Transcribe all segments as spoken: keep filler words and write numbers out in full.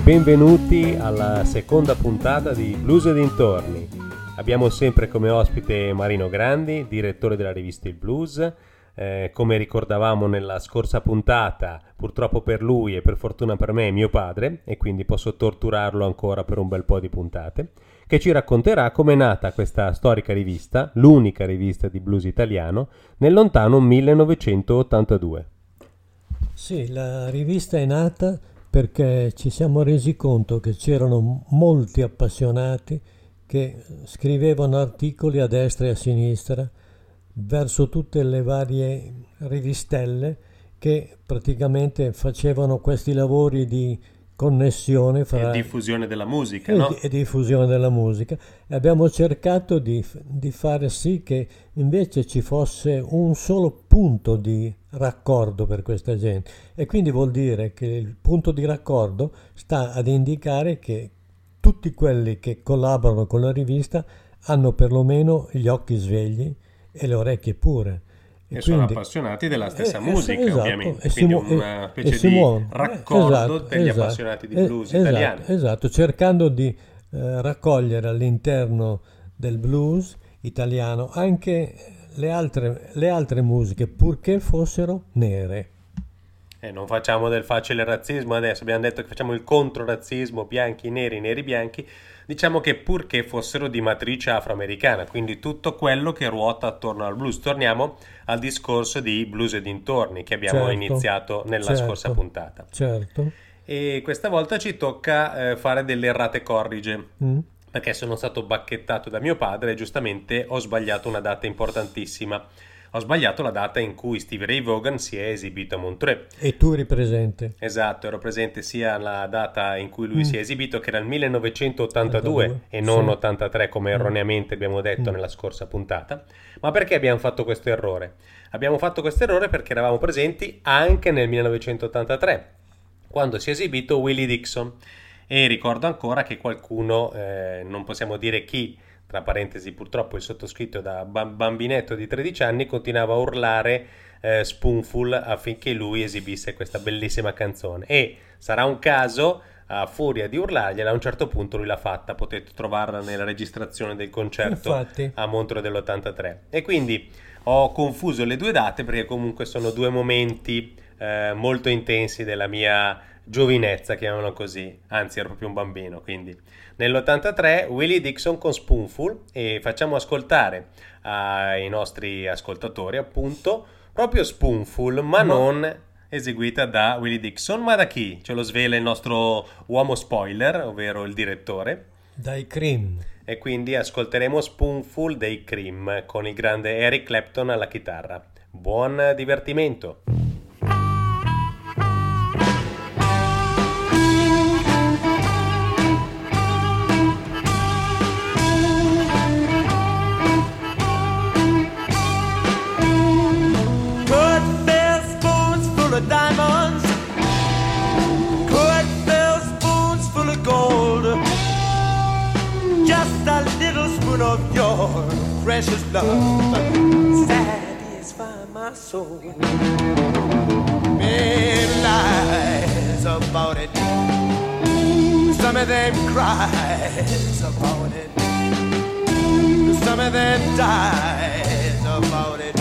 benvenuti alla seconda puntata di Blues e dintorni. Abbiamo sempre come ospite Marino Grandi, direttore della rivista Il Blues. Eh, come ricordavamo nella scorsa puntata, purtroppo per lui e per fortuna per me è mio padre, e quindi posso torturarlo ancora per un bel po' di puntate, che ci racconterà come è nata questa storica rivista, l'unica rivista di blues italiano, nel lontano millenovecentottantadue. Sì, la rivista è nata perché ci siamo resi conto che c'erano molti appassionati che scrivevano articoli a destra e a sinistra verso tutte le varie rivistelle che praticamente facevano questi lavori di connessione fra e diffusione della musica, e, no? e diffusione della musica, e abbiamo cercato di, di fare sì che invece ci fosse un solo punto di raccordo per questa gente, e quindi vuol dire che il punto di raccordo sta ad indicare che tutti quelli che collaborano con la rivista hanno perlomeno gli occhi svegli e le orecchie pure. E, e quindi, sono appassionati della stessa eh, musica, esatto, ovviamente, quindi mu- una specie di muovono. raccordo esatto, degli esatto, appassionati di blues esatto, italiani. Esatto, cercando di eh, raccogliere all'interno del blues italiano anche le altre, le altre musiche, purché fossero nere. Eh, non facciamo del facile razzismo adesso, abbiamo detto che facciamo il controrazzismo, bianchi, neri, neri, bianchi. Diciamo che purché fossero di matrice afroamericana, quindi tutto quello che ruota attorno al blues. Torniamo al discorso di Blues e dintorni che abbiamo certo, iniziato nella certo, scorsa puntata. Certo. E questa volta ci tocca eh, fare delle errate corrige, mm. perché sono stato bacchettato da mio padre e giustamente ho sbagliato una data importantissima. Ho sbagliato la data in cui Stevie Ray Vaughan si è esibito a Montreux. E tu eri presente? Esatto, ero presente sia la data in cui lui mm. si è esibito, che era il millenovecentottantadue ottantadue e non sì. ottantatré come erroneamente abbiamo detto mm. nella scorsa puntata. Ma perché abbiamo fatto questo errore? Abbiamo fatto questo errore perché eravamo presenti anche nel millenovecentottantatré, quando si è esibito Willie Dixon. E ricordo ancora che qualcuno, eh, non possiamo dire chi, tra parentesi purtroppo il sottoscritto da bambinetto di tredici anni, continuava a urlare eh, Spoonful affinché lui esibisse questa bellissima canzone, e sarà un caso, a furia di urlargliela, a un certo punto lui l'ha fatta. Potete trovarla nella registrazione del concerto Infatti. a Montreux dell'ottantatré. E quindi ho confuso le due date perché comunque sono due momenti eh, molto intensi della mia giovinezza, chiamiamolo così, anzi ero proprio un bambino. Quindi nell'ottantatré Willie Dixon con Spoonful, e facciamo ascoltare ai nostri ascoltatori appunto proprio Spoonful, ma no. non eseguita da Willie Dixon, ma da chi? Ce lo svela il nostro uomo spoiler, ovvero il direttore. Dai Cream. E quindi ascolteremo Spoonful dei Cream con il grande Eric Clapton alla chitarra. Buon divertimento! Diamonds, good fill spoons full of gold, just a little spoon of your precious love satisfy my soul. Many lies about it, some of them cries about it, some of them dies about it.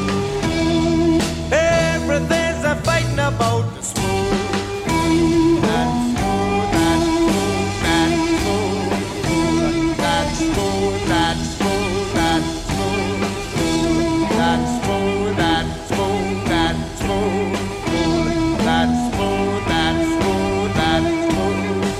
Everything's a fighting about the spoon. That spoon, that spoon, that spoon, that spoon, that spoon, that spoon, that spoon, that spoon, that spoon, that spoon, that spoon.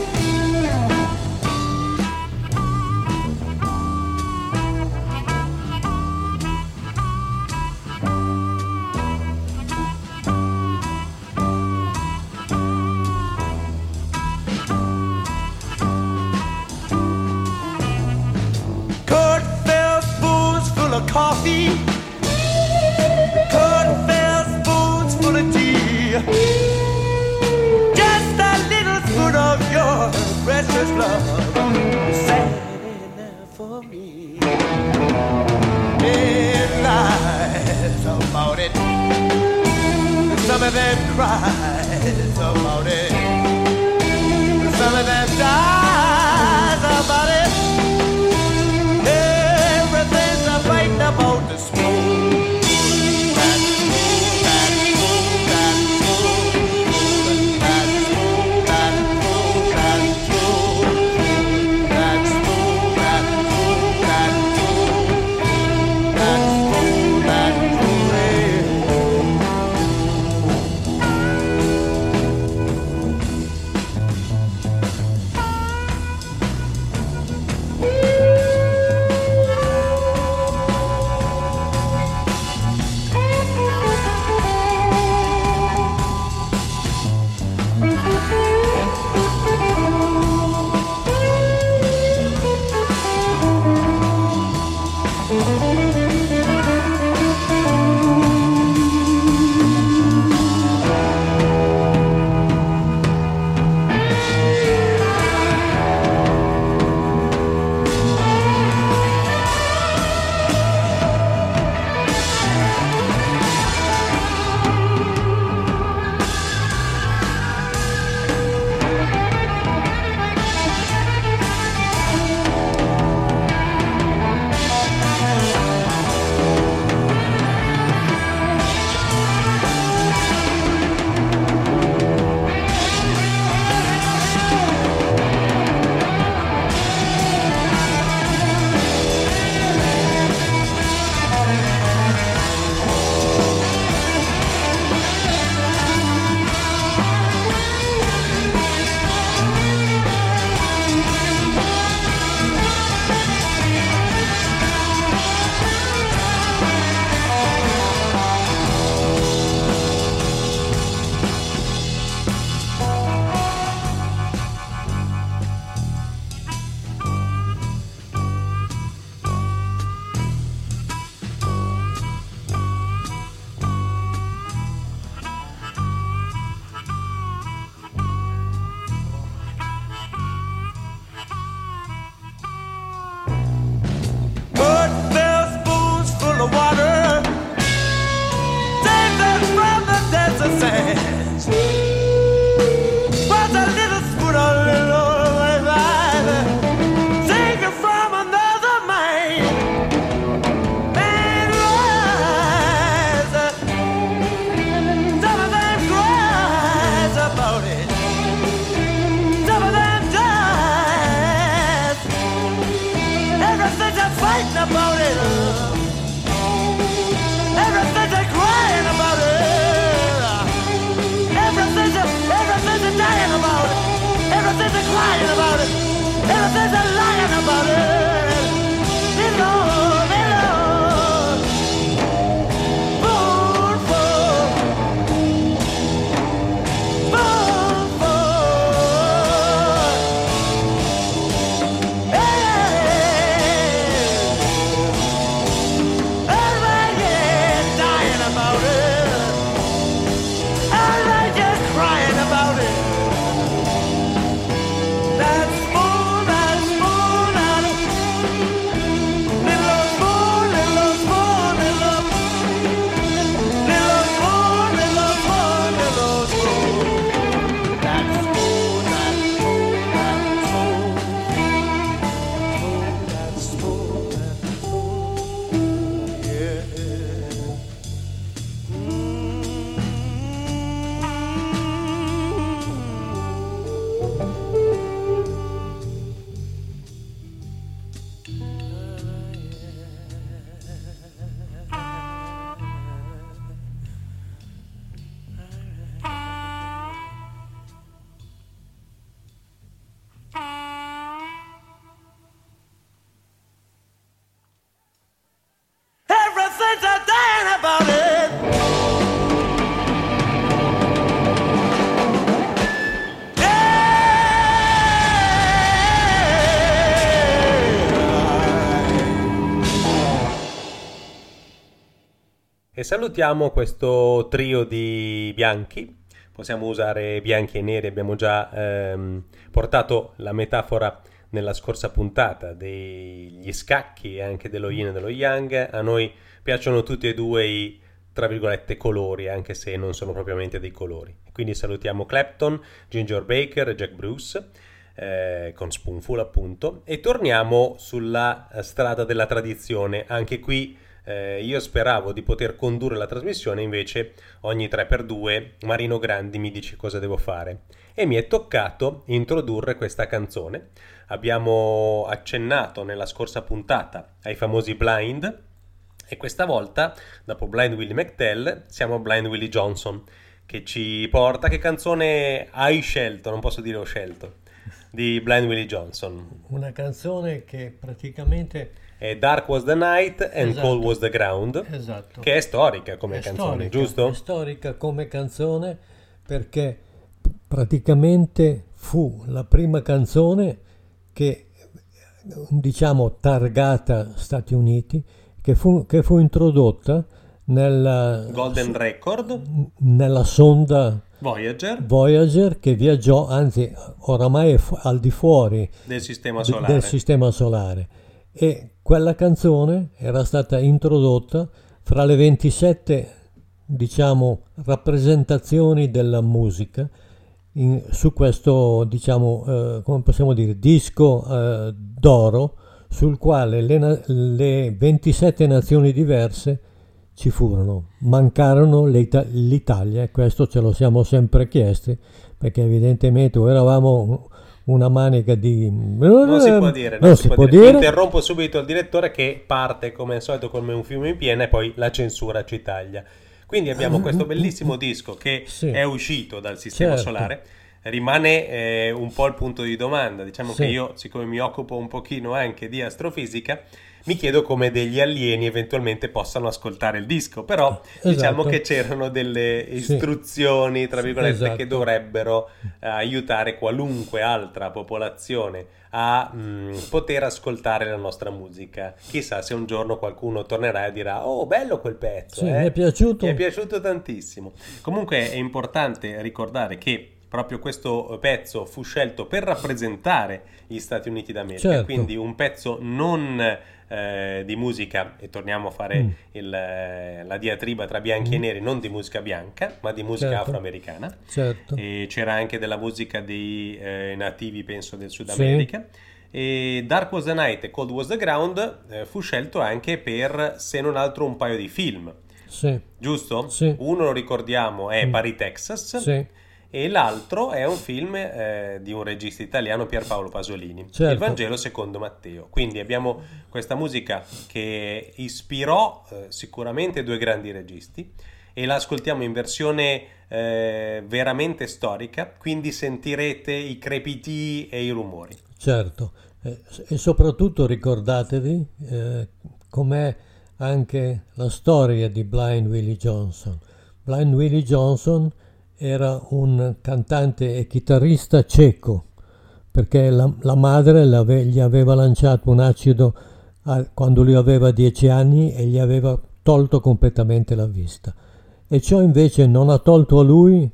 Coffee, cut fell spoons full of tea, just a little spoon of your precious love, sad enough for me. Many lies about it, some of them cries about it, some of salutiamo questo trio di bianchi. Possiamo usare bianchi e neri, abbiamo già ehm, portato la metafora nella scorsa puntata degli scacchi e anche dello yin e dello yang. A noi piacciono tutti e due i, tra virgolette, colori, anche se non sono propriamente dei colori. Quindi salutiamo Clapton, Ginger Baker e Jack Bruce, eh, con Spoonful appunto, e torniamo sulla strada della tradizione. Anche qui Eh, io speravo di poter condurre la trasmissione, invece ogni tre per due Marino Grandi mi dice cosa devo fare e mi è toccato introdurre questa canzone. Abbiamo accennato nella scorsa puntata ai famosi Blind e questa volta, dopo Blind Willie McTell, siamo a Blind Willie Johnson, che ci porta... Che canzone hai scelto? Non posso dire ho scelto, di Blind Willie Johnson. Una canzone che praticamente... È Dark Was the Night and Esatto. Cold Was the Ground, Esatto. che è storica come È canzone, storica, giusto? È storica come canzone perché praticamente fu la prima canzone che, diciamo, targata Stati Uniti, che fu, che fu introdotta nella Golden Record, nella sonda Voyager, Voyager, che viaggiò, anzi oramai è fu- al di fuori del sistema d- solare. del sistema solare, e quella canzone era stata introdotta fra le ventisette, diciamo, rappresentazioni della musica in, su questo, diciamo, eh, come possiamo dire, disco eh, d'oro, sul quale le, na- le ventisette nazioni diverse ci furono. Mancarono le Ita- l'Italia, e questo ce lo siamo sempre chiesti, perché evidentemente o eravamo una manica di... Non si può dire, non, non si, si può può dire. dire. Interrompo subito il direttore che parte come al solito come un fiume in piena e poi la censura ci taglia. Quindi abbiamo questo bellissimo disco che Sì. è uscito dal sistema Certo. solare. Rimane eh, un po' il punto di domanda. Diciamo Sì. che io, siccome mi occupo un pochino anche di astrofisica, mi chiedo come degli alieni eventualmente possano ascoltare il disco, però diciamo Esatto. che c'erano delle Sì. istruzioni, tra virgolette, Esatto. che dovrebbero eh, aiutare qualunque altra popolazione a mh, poter ascoltare la nostra musica. Chissà se un giorno qualcuno tornerà e dirà: oh, bello quel pezzo, Sì, eh? mi è piaciuto. Mi è piaciuto tantissimo. Comunque è importante ricordare che proprio questo pezzo fu scelto per rappresentare gli Stati Uniti d'America, Certo. quindi un pezzo non eh, di musica, e torniamo a fare Mm. il, eh, la diatriba tra bianchi e neri, non di musica bianca, ma di musica Certo. afroamericana. Certo. E c'era anche della musica dei eh, nativi, penso, del Sud America. E Dark Was the Night e Cold Was the Ground eh, fu scelto anche per, se non altro, un paio di film, Sì. giusto? Sì. Uno, lo ricordiamo, è Mm. Paris, Texas, Sì. e l'altro è un film eh, di un regista italiano, Pierpaolo Pasolini, Certo. Il Vangelo secondo Matteo. Quindi abbiamo questa musica che ispirò eh, sicuramente due grandi registi, e la ascoltiamo in versione eh, veramente storica, quindi sentirete i crepitii e i rumori. Certo, eh, e soprattutto ricordatevi eh, com'è anche la storia di Blind Willie Johnson. Blind Willie Johnson era un cantante e chitarrista ceco, perché la, la madre l'ave- gli aveva lanciato un acido a- quando lui aveva dieci anni e gli aveva tolto completamente la vista. E ciò invece non ha tolto a lui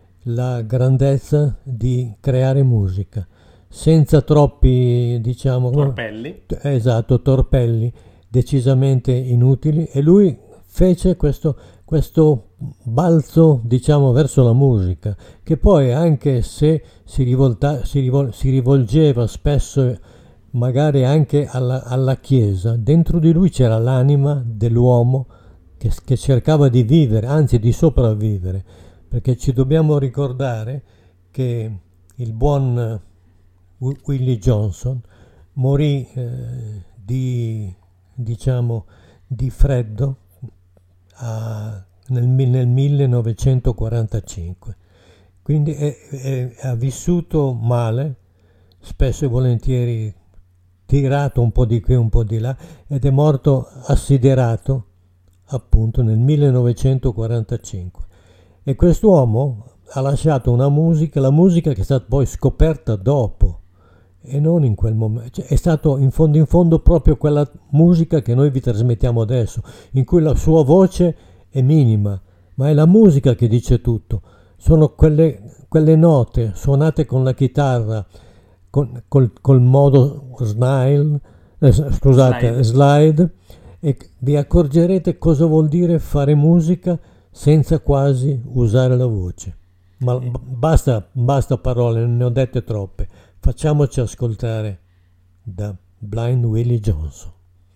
la grandezza di creare musica, senza troppi, diciamo, Torpelli. esatto, torpelli decisamente inutili, e lui fece questo, questo balzo, diciamo, verso la musica, che poi, anche se si, rivolta, si, rivol, si rivolgeva spesso magari anche alla, alla Chiesa, dentro di lui c'era l'anima dell'uomo che, che cercava di vivere, anzi di sopravvivere, perché ci dobbiamo ricordare che il buon Willie Johnson morì eh, di, diciamo, di freddo a, nel, nel millenovecentoquarantacinque, quindi è, è, ha vissuto male, spesso e volentieri tirato un po' di qui un po' di là, ed è morto assiderato appunto nel millenovecentoquarantacinque. E quest'uomo ha lasciato una musica, la musica che è stata poi scoperta dopo e non in quel momento, cioè, è stato in fondo in fondo proprio quella musica che noi vi trasmettiamo adesso, in cui la sua voce è minima, ma è la musica che dice tutto. Sono quelle, quelle note suonate con la chitarra, con, col, col modo smile, eh, scusate, Slide. slide, e vi accorgerete cosa vuol dire fare musica senza quasi usare la voce. Ma b- basta, basta parole, ne ho dette troppe. Facciamoci ascoltare da Blind Willie Johnson.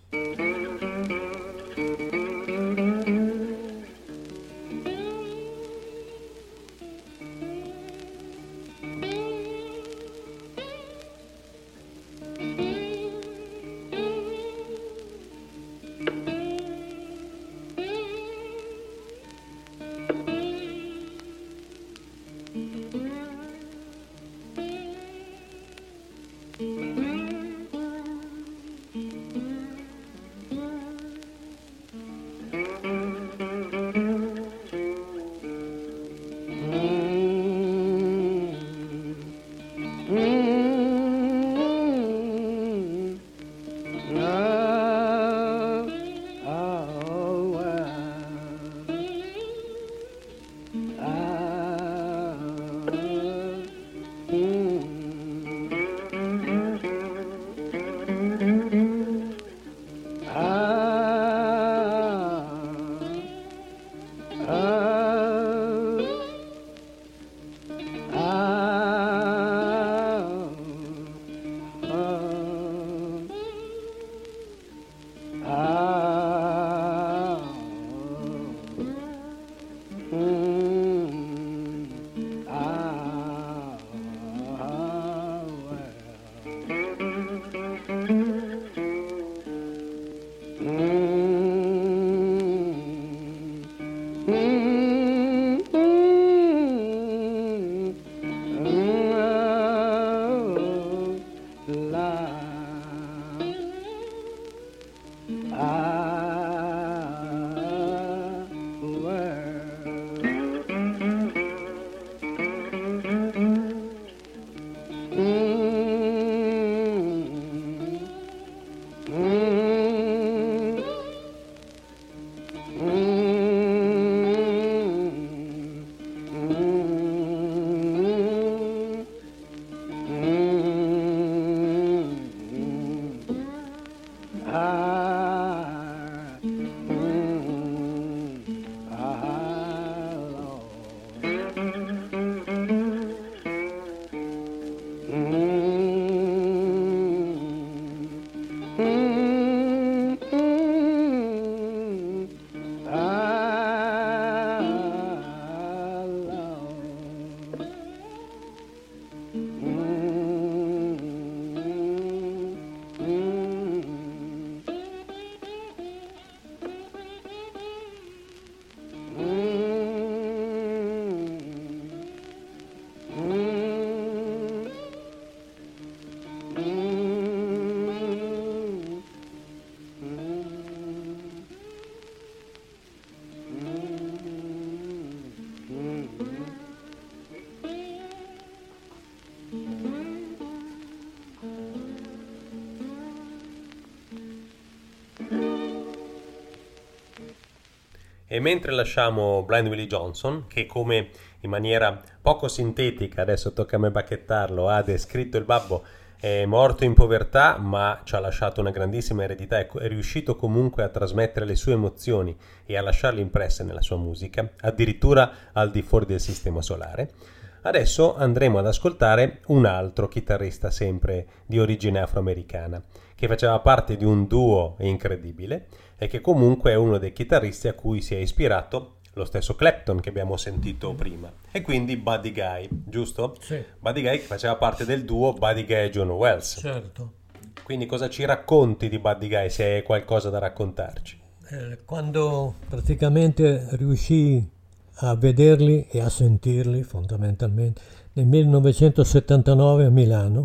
E mentre lasciamo Blind Willie Johnson, che come in maniera poco sintetica, adesso tocca a me bacchettarlo, ha descritto il babbo, è morto in povertà ma ci ha lasciato una grandissima eredità, è riuscito comunque a trasmettere le sue emozioni e a lasciarle impresse nella sua musica, addirittura al di fuori del sistema solare. Adesso andremo ad ascoltare un altro chitarrista sempre di origine afroamericana, che faceva parte di un duo incredibile e che comunque è uno dei chitarristi a cui si è ispirato lo stesso Clapton che abbiamo sentito prima, e quindi Buddy Guy, giusto? Sì. Buddy Guy che faceva parte del duo Buddy Guy e John Wells. Certo. Quindi cosa ci racconti di Buddy Guy, se hai qualcosa da raccontarci? Eh, quando praticamente riuscii a vederli e a sentirli fondamentalmente nel millenovecentosettantanove a Milano,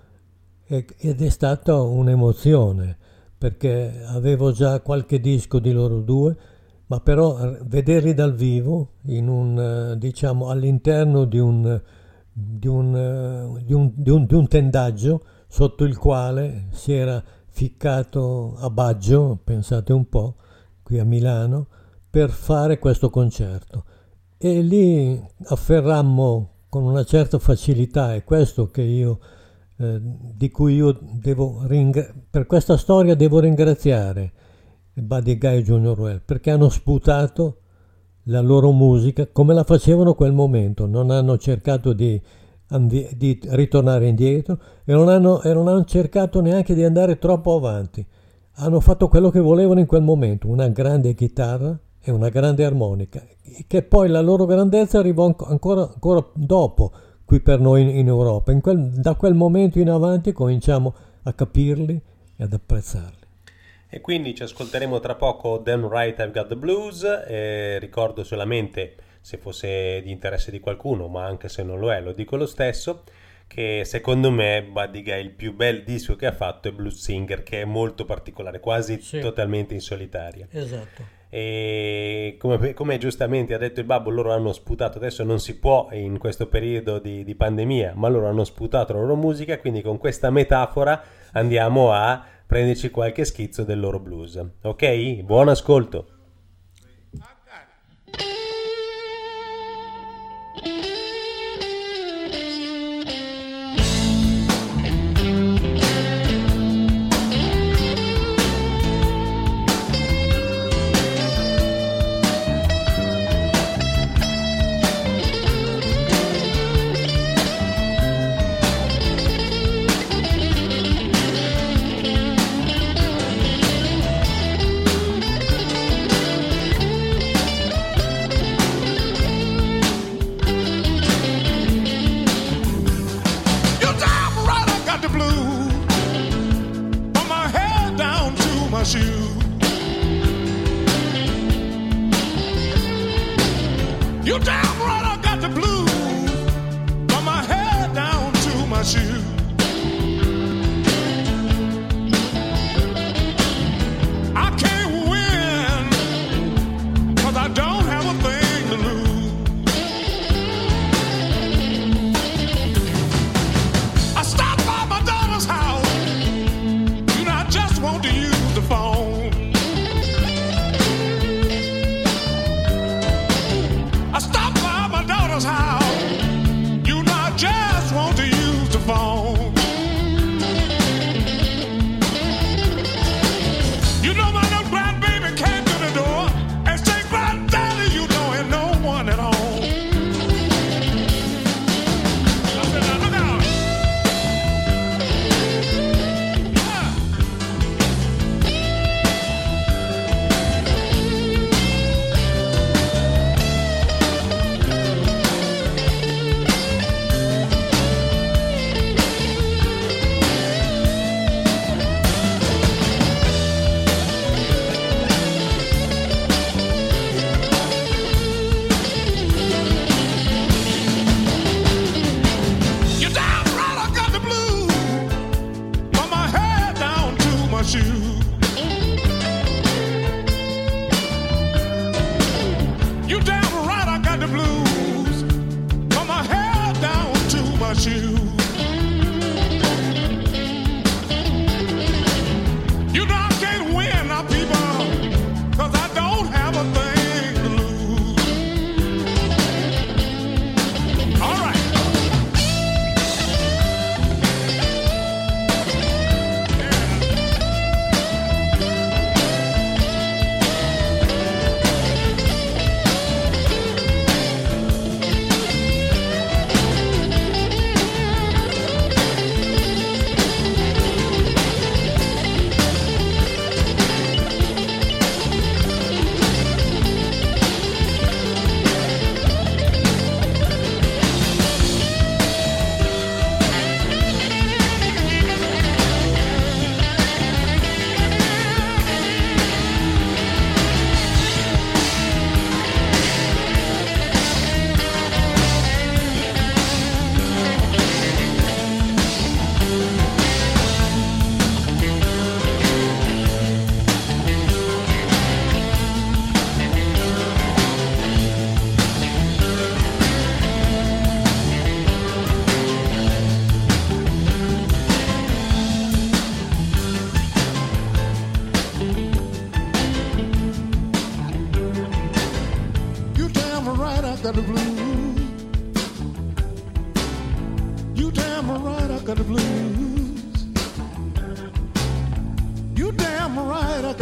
ed è stata un'emozione perché avevo già qualche disco di loro due, ma però vederli dal vivo in un, diciamo, all'interno di un, di un, di un, di un, di un tendaggio sotto il quale si era ficcato a Baggio, pensate un po', qui a Milano, per fare questo concerto. E lì afferrammo con una certa facilità, è questo che io, eh, di cui io devo ringra- per questa storia devo ringraziare Buddy Guy e Junior Wells, perché hanno sputato la loro musica come la facevano quel momento, non hanno cercato di, di ritornare indietro e non hanno, e non hanno cercato neanche di andare troppo avanti. Hanno fatto quello che volevano in quel momento, una grande chitarra e una grande armonica, che poi la loro grandezza arrivò ancora, ancora dopo qui per noi in, in Europa. In quel, da quel momento in avanti cominciamo a capirli e ad apprezzarli. E quindi ci ascolteremo tra poco Damn Right I've Got the Blues. E ricordo solamente, se fosse di interesse di qualcuno, ma anche se non lo è, lo dico lo stesso, che secondo me Buddy Guy il più bel disco che ha fatto è Blues Singer, che è molto particolare, quasi sì. totalmente in solitaria. Esatto. E come, come giustamente ha detto il babbo, loro hanno sputato, adesso non si può in questo periodo di, di pandemia, ma loro hanno sputato la loro musica, quindi con questa metafora andiamo a prenderci qualche schizzo del loro blues. Ok? Buon ascolto.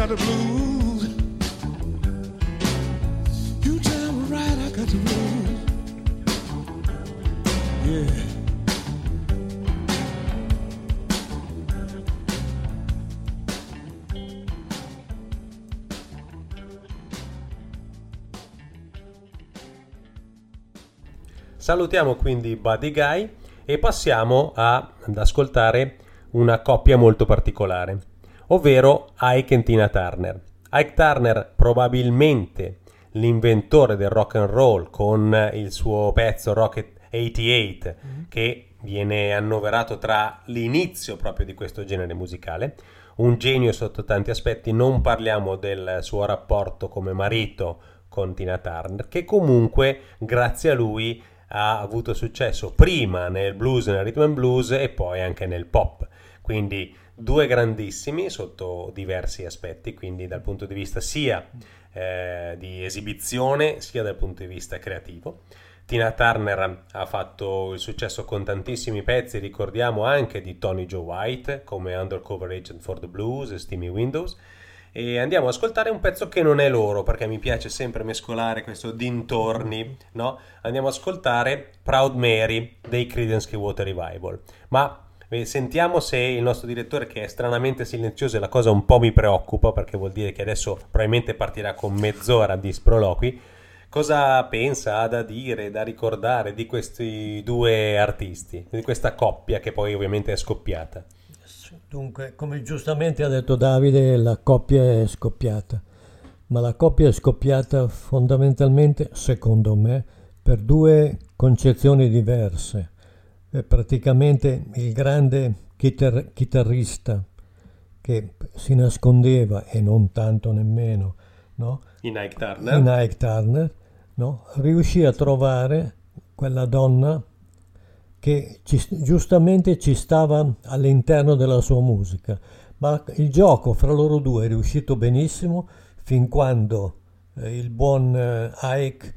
got the blues. You tell me right, I got the blues. Yeah. Salutiamo quindi Buddy Guy e passiamo a, ad ascoltare una coppia molto particolare, ovvero Ike e Tina Turner. Ike Turner, probabilmente l'inventore del rock and roll, con il suo pezzo Rocket ottantotto, mm-hmm. che viene annoverato tra l'inizio proprio di questo genere musicale. Un genio sotto tanti aspetti. Non parliamo del suo rapporto come marito con Tina Turner, che comunque grazie a lui ha avuto successo prima nel blues, nel rhythm and blues e poi anche nel pop. Quindi due grandissimi sotto diversi aspetti, quindi dal punto di vista sia eh, di esibizione sia dal punto di vista creativo. Tina Turner ha fatto il successo con tantissimi pezzi, ricordiamo anche di Tony Joe White come Undercover Agent for the Blues e Steamy Windows. E andiamo ad ascoltare un pezzo che non è loro, perché mi piace sempre mescolare questo dintorni, no? Andiamo ad ascoltare Proud Mary dei Creedence Clearwater Revival. Ma eh, sentiamo se il nostro direttore, che è stranamente silenzioso, e la cosa un po' mi preoccupa, perché vuol dire che adesso probabilmente partirà con mezz'ora di sproloqui, cosa pensa, ha da dire, da ricordare di questi due artisti, di questa coppia che poi ovviamente è scoppiata. Dunque, come giustamente ha detto Davide, la coppia è scoppiata, ma la coppia è scoppiata fondamentalmente, secondo me, per due concezioni diverse. È praticamente il grande chitar- chitarrista che si nascondeva, e non tanto nemmeno, no? In Ike Turner. In Ike Turner, no? Riuscì a trovare quella donna che ci, giustamente ci stava all'interno della sua musica, ma il gioco fra loro due è riuscito benissimo fin quando eh, il buon eh, Ike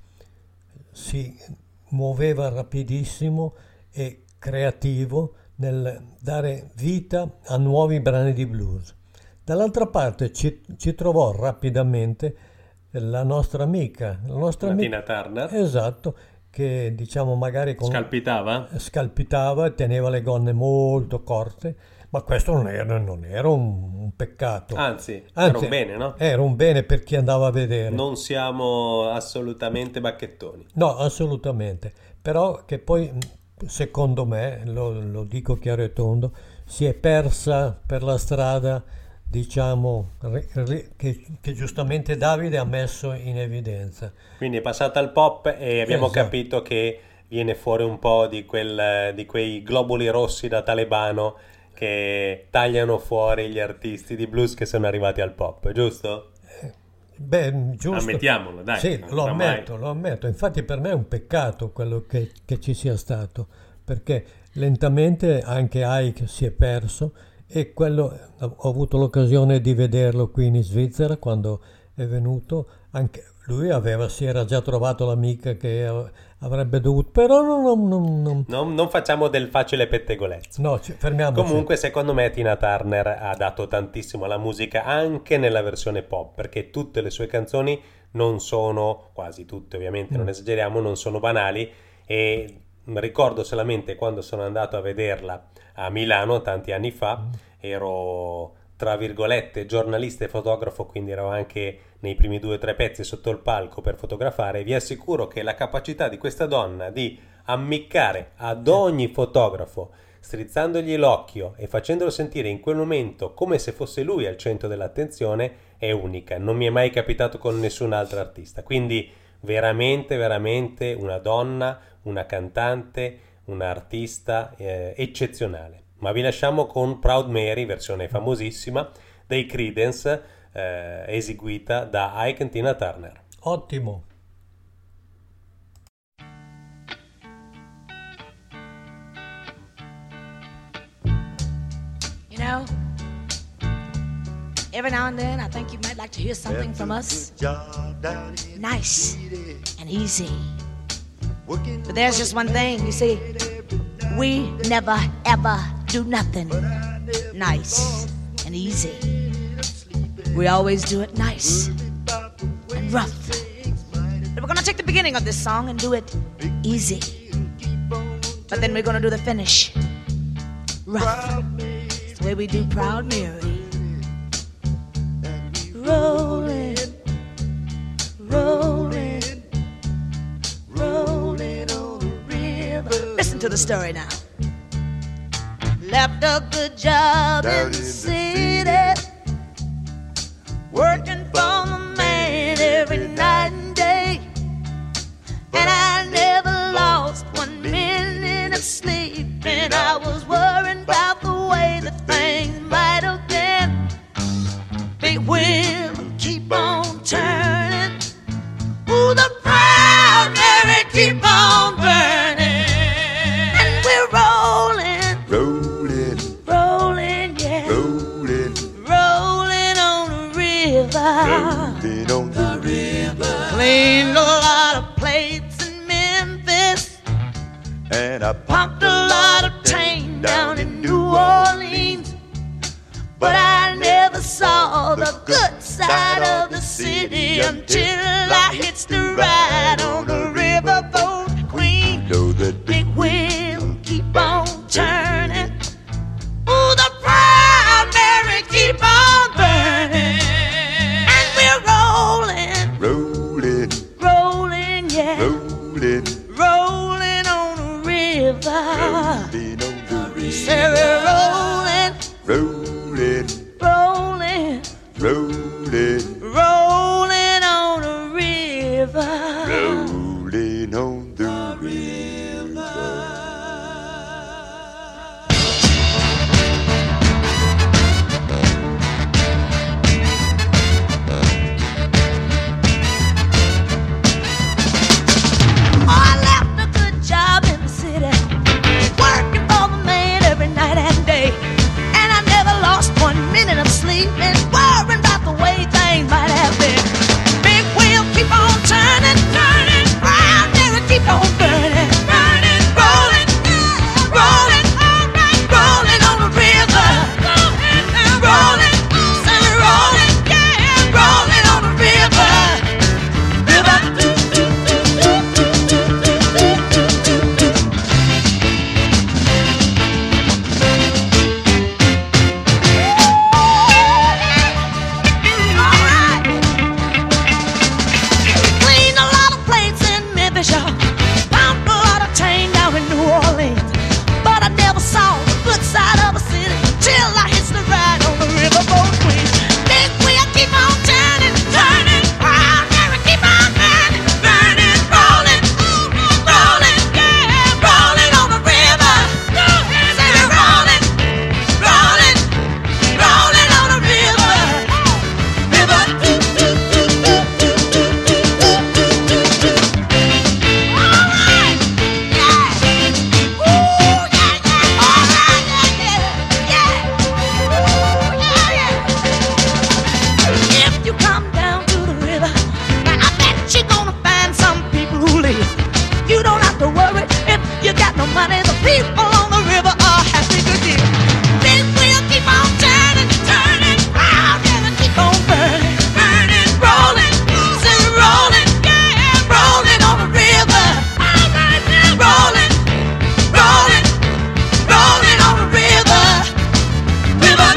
si muoveva rapidissimo e creativo nel dare vita a nuovi brani di blues. Dall'altra parte ci, ci trovò rapidamente la nostra amica, la nostra Tina amica, Turner. Esatto, che diciamo magari con, scalpitava scalpitava, teneva le gonne molto corte, ma questo non era, non era un, un peccato, anzi, anzi era un bene, no? Era un bene per chi andava a vedere. Non siamo assolutamente bacchettoni, no, assolutamente, però che poi secondo me, lo, lo dico chiaro e tondo, si è persa per la strada, diciamo, che, che giustamente Davide ha messo in evidenza. Quindi è passata al pop e abbiamo esatto. capito che viene fuori un po' di, quel, di quei globuli rossi da talebano che tagliano fuori gli artisti di blues che sono arrivati al pop, giusto? Eh, beh, giusto. Ammettiamolo, dai. Sì, lo ormai... ammetto, lo ammetto. Infatti per me è un peccato quello che, che ci sia stato, perché lentamente anche Ike si è perso. E quello, ho avuto l'occasione di vederlo qui in Svizzera quando è venuto, anche lui aveva, si era già trovato l'amica che avrebbe dovuto, però non... Non, non, non... non, non facciamo del facile pettegolezzo. No, ci, fermiamoci. Comunque secondo me Tina Turner ha dato tantissimo alla musica anche nella versione pop, perché tutte le sue canzoni non sono, quasi tutte ovviamente, mm. non esageriamo, non sono banali, e ricordo solamente quando sono andato a vederla a Milano tanti anni fa, mm. ero tra virgolette giornalista e fotografo, quindi ero anche nei primi due o tre pezzi sotto il palco per fotografare. Vi assicuro che la capacità di questa donna di ammiccare ad ogni fotografo, strizzandogli l'occhio e facendolo sentire in quel momento come se fosse lui al centro dell'attenzione, è unica. Non mi è mai capitato con nessun altro artista, quindi veramente veramente una donna, una cantante, una artista eh, eccezionale. Ma vi lasciamo con Proud Mary, versione famosissima dei Creedence, eh, eseguita da Ike e Tina Turner. Ottimo. You know, every now and then I think you might like to hear something from us. Nice and easy. But there's just one thing, you see, we never ever do nothing nice and easy. We always do it nice and rough. But we're gonna take the beginning of this song and do it easy. But then we're gonna do the finish rough. It's the way we do Proud Mary. Rolling, rolling, rolling on the river. Listen to the story now. Left a good job in the city, working for the man every night and day. And I never lost one minute of sleep, and I was worrying about the way that things might have been. Big wheel keep on turning, ooh, the Proud Mary keep on burning. And we're rolling, rolling, rolling, yeah, rolling, rolling on the river, rolling on the river. Cleaned a lot of plates in Memphis, And I pumped a lot of tang down in New Orleans. But I never saw the good side of the city until I hitched the ride on the riverboat Queen. know that Big wheel keep on turning, ooh, the Proud Mary keep on burning. And we're rolling, rolling, rolling, yeah, rolling, rolling on the river. rolling on the river. Say we're rolling, Rolling, rolling, rolling, rolling on the river. rolling on the river. Oh, I left a good job in the city, working for the man every night and day. And I never lost one minute of sleep, and worrying about the way things might have been. Big wheel keep on turning, turning, Proud Mary keep on burning, burning, rolling, rolling, rolling on the river, rolling, say we're rolling, yeah, rolling on the river, river. Cleaned a lot of plates in Memphis, y'all. Pumped a lot of tang down in New Orleans. But I never saw the good side of a city till I hitched the ride on the riverboat Queen. Big wheel keep on turning, turning, Proud Mary keep on burning, burning, rolling, rolling, yeah, rolling on the river. Say we're rolling, rolling, rolling on the river, river. If you come down to the river, now I bet you're gonna find some people who live. You don't have to worry if you got no money. The people on the river are happy to give. Big wheel keep on turning, turning, Proud Mary keep on burning, burning, rolling, say we're rolling, yeah, rolling on the river, rolling, rolling, rolling on the river, river.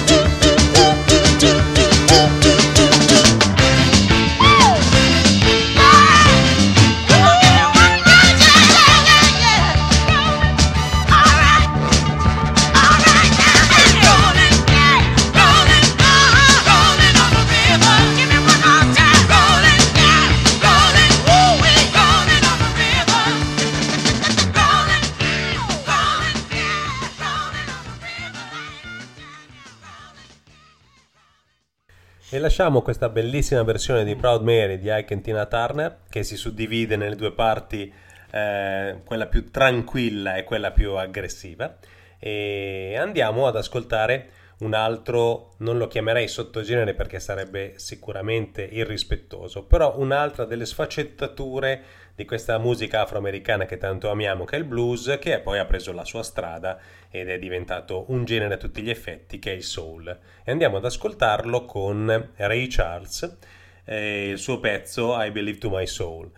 E lasciamo questa bellissima versione di Proud Mary di Ike e Tina Turner, che si suddivide nelle due parti, eh, quella più tranquilla e quella più aggressiva, e andiamo ad ascoltare un altro, non lo chiamerei sottogenere perché sarebbe sicuramente irrispettoso, però un'altra delle sfaccettature di questa musica afroamericana che tanto amiamo, che è il blues, che poi ha preso la sua strada ed è diventato un genere a tutti gli effetti, che è il soul. E andiamo ad ascoltarlo con Ray Charles, eh, il suo pezzo I Believe to My Soul.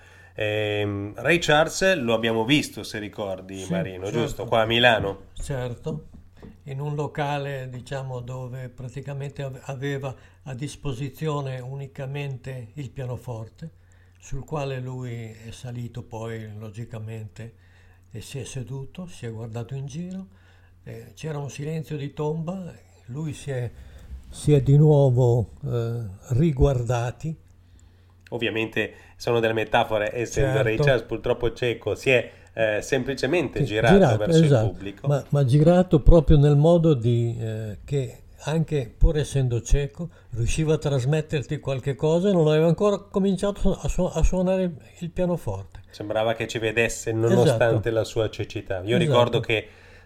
Eh, Ray Charles lo abbiamo visto, se ricordi, sì, Marino, certo. giusto? Qua a Milano. Certo, in un locale, diciamo, dove praticamente aveva a disposizione unicamente il pianoforte, sul quale lui è salito poi logicamente e si è seduto, si è guardato in giro, eh, c'era un silenzio di tomba, lui si è, si è di nuovo eh, riguardati. Ovviamente sono delle metafore, essendo Certo. Ray Charles purtroppo cieco, si è eh, semplicemente Sì, girato, girato, verso esatto, il pubblico. ma, ma girato proprio nel modo di eh, che anche pur essendo cieco riusciva a trasmetterti qualche cosa e non aveva ancora cominciato a, su- a suonare il, il pianoforte. Sembrava che ci vedesse nonostante Esatto. la sua cecità. Io Esatto. ricordo che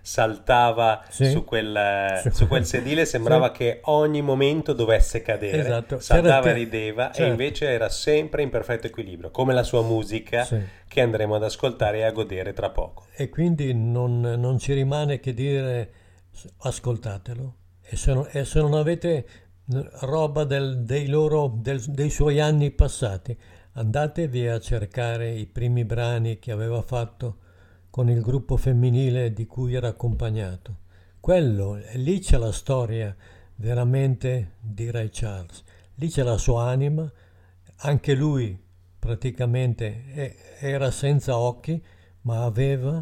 saltava Sì. su, quel, Sì. su quel sedile, sembrava Sì. che ogni momento dovesse cadere. Esatto. Saltava C'era e te- rideva, certo. e invece era sempre in perfetto equilibrio, come la sua musica, Sì. che andremo ad ascoltare e a godere tra poco. E quindi non, non ci rimane che dire ascoltatelo e se non, e se non avete roba del, dei, loro, del, dei suoi anni passati, andatevi a cercare i primi brani che aveva fatto con il gruppo femminile di cui era accompagnato. Quello, e lì c'è la storia veramente di Ray Charles, lì c'è la sua anima, anche lui praticamente era senza occhi, ma aveva...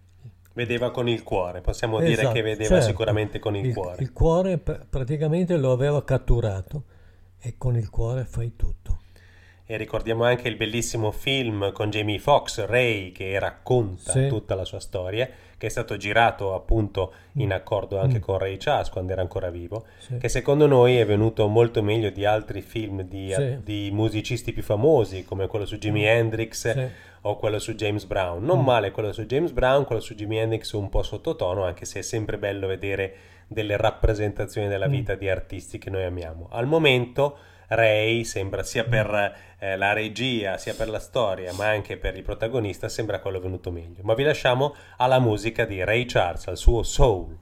Vedeva con il cuore, possiamo Esatto, dire che vedeva certo. sicuramente con il, il cuore. Il cuore pr- praticamente lo aveva catturato e con il cuore fai tutto. E ricordiamo anche il bellissimo film con Jamie Foxx, Ray, che racconta Sì. tutta la sua storia, che è stato girato appunto in accordo anche Mm. con Ray Charles quando era ancora vivo, Sì. che secondo noi è venuto molto meglio di altri film di, Sì. di musicisti più famosi, come quello su Jimi Hendrix Sì. o quello su James Brown. Non Mm. male quello su James Brown, quello su Jimi Hendrix un po' sottotono, anche se è sempre bello vedere delle rappresentazioni della Mm. vita di artisti che noi amiamo. Al momento Ray sembra, sia per eh, la regia sia per la storia ma anche per il protagonista, sembra quello venuto meglio. Ma vi lasciamo alla musica di Ray Charles, al suo soul.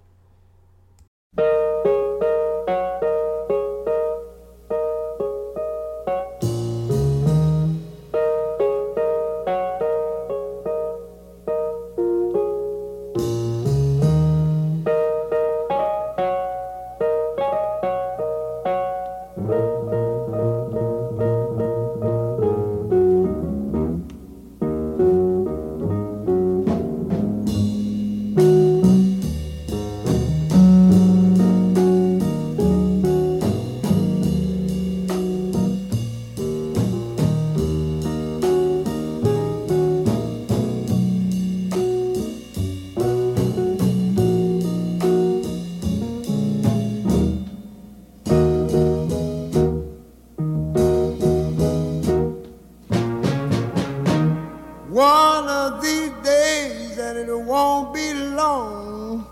One of these days, and it won't be long,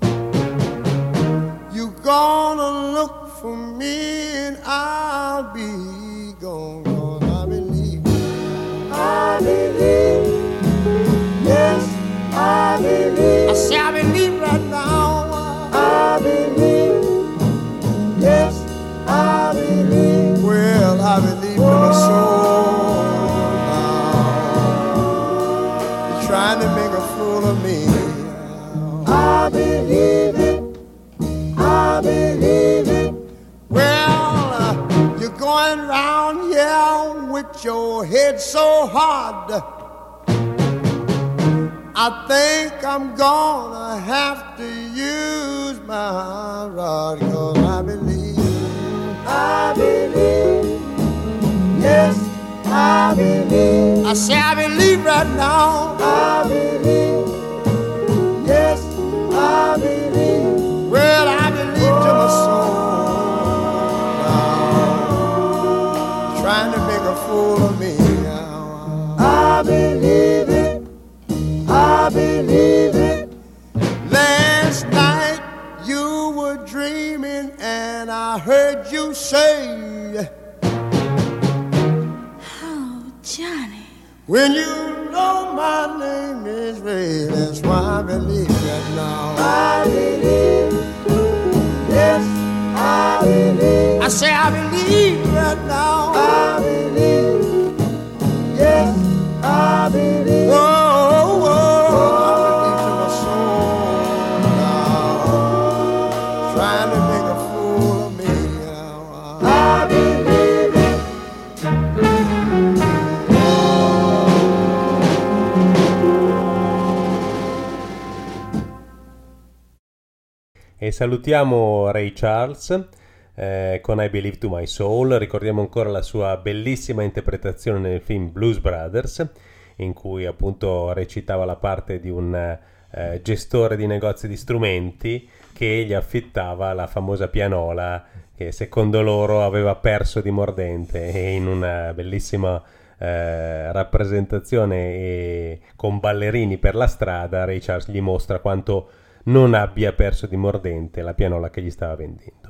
you gonna look for me and I'll be gone. Cause I believe, I believe, yes, I believe. I say I believe right now. I believe, yes, I believe. Well, I believe in my soul. Trying to make a fool of me. I believe it, I believe it. Well, uh, you're going round here with your head so hard. I think I'm gonna have to use my rod. Cause I believe, I believe, yes, I believe. I say I believe right now. I believe. Yes, I believe. Well, I believe to my soul now. Trying to make a fool of me now. I believe it. I believe it. Last night you were dreaming and I heard you say, oh, Johnny. When you know my name is Ray, that's why I believe that now. I believe, yes, I believe. I say I believe that now. I believe, yes, I believe. Whoa, whoa, I'm into my soul now, trying to make a fool of me now. I believe it. E salutiamo Ray Charles eh, con I Believe to My Soul. Ricordiamo ancora la sua bellissima interpretazione nel film Blues Brothers, in cui appunto recitava la parte di un eh, gestore di negozi di strumenti che gli affittava la famosa pianola che secondo loro aveva perso di mordente, e in una bellissima eh, rappresentazione e con ballerini per la strada Ray Charles gli mostra quanto non abbia perso di mordente la pianola che gli stava vendendo.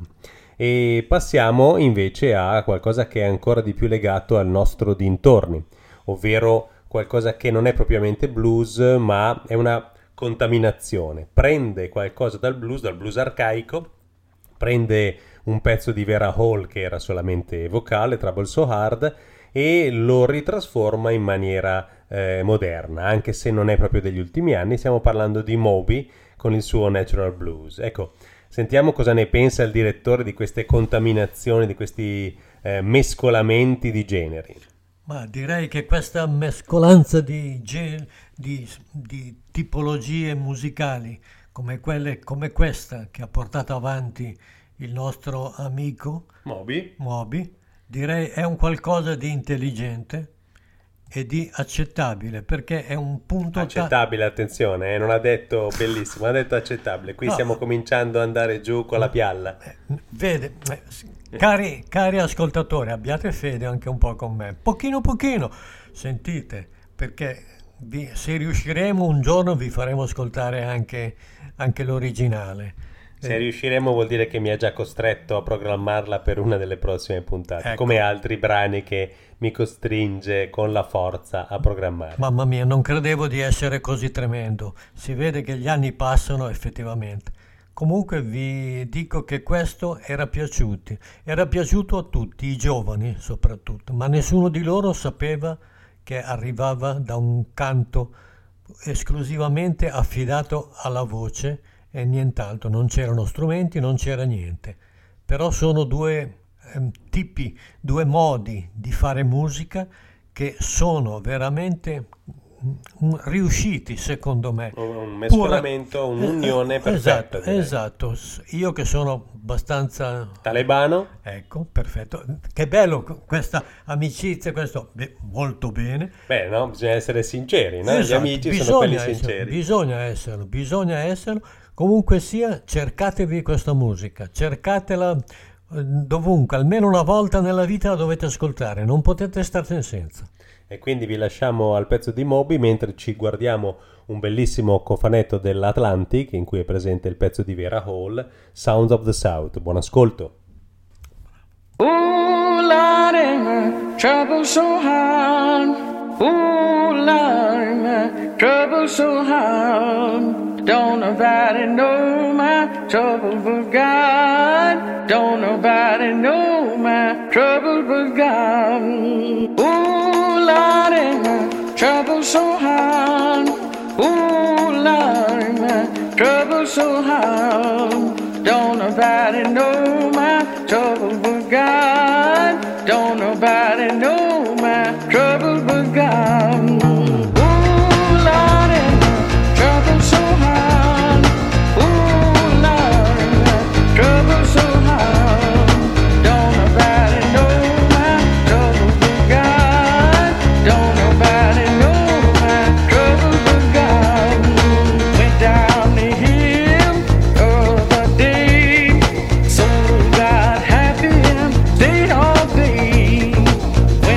E passiamo invece a qualcosa che è ancora di più legato al nostro dintorni, ovvero qualcosa che non è propriamente blues, ma è una contaminazione. Prende qualcosa dal blues, dal blues arcaico, prende un pezzo di Vera Hall che era solamente vocale, Trouble So Hard, e lo ritrasforma in maniera eh, moderna, anche se non è proprio degli ultimi anni. Stiamo parlando di Moby con il suo Natural Blues. Ecco, sentiamo cosa ne pensa il direttore di queste contaminazioni, di questi eh, mescolamenti di generi. Ma direi che questa mescolanza di, gen- di, di tipologie musicali come quelle come questa che ha portato avanti il nostro amico Moby, Moby, direi è un qualcosa di intelligente e di accettabile, perché è un punto accettabile, ta- attenzione, eh, non ha detto bellissimo, ha detto accettabile. Qui no, stiamo cominciando ad andare giù con la pialla. Eh, vede, eh, cari, cari ascoltatori, abbiate fede anche un po' con me, pochino pochino, sentite, perché vi, se riusciremo un giorno vi faremo ascoltare anche, anche l'originale. Se eh. riusciremo vuol dire che mi ha già costretto a programmarla per una delle prossime puntate, ecco, come altri brani che mi costringe con la forza a programmare. Mamma mia, non credevo di essere così tremendo. Si vede che gli anni passano effettivamente. Comunque vi dico che questo era piaciuto. Era piaciuto a tutti, i giovani soprattutto, ma nessuno di loro sapeva che arrivava da un canto esclusivamente affidato alla voce e nient'altro. Non c'erano strumenti, non c'era niente. Però sono due tipi, due modi di fare musica che sono veramente riusciti, secondo me. Un mescolamento, Pura... un'unione perfetta. Esatto, esatto. Io che sono abbastanza talebano. Ecco, perfetto. Che bello questa amicizia, questo beh, molto bene. Beh, no, bisogna essere sinceri, no? Esatto. Gli amici bisogna sono quelli essere, sinceri. Bisogna esserlo, bisogna esserlo. Comunque sia, cercatevi questa musica, cercatela dovunque, almeno una volta nella vita la dovete ascoltare, non potete starne senza. E quindi vi lasciamo al pezzo di Moby mentre ci guardiamo un bellissimo cofanetto dell'Atlantic in cui è presente il pezzo di Vera Hall, Sounds of the South. Buon ascolto. Ooh, Lordy, my trouble so hard. Ooh, Lordy, my trouble so hard. Don't nobody know my trouble but God. Don't nobody know my trouble but God. Ooh, Lordy, my trouble so hard. Ooh, Lordy, my trouble so hard. Don't nobody know my trouble but God. Don't nobody know my trouble but God. Ooh, Lordy, my trouble so hard. Ooh, Lordy, my trouble so hard. Don't nobody know my trouble but God. Don't nobody know my trouble but God. Went down the hill the other day, so got happy and stayed all day.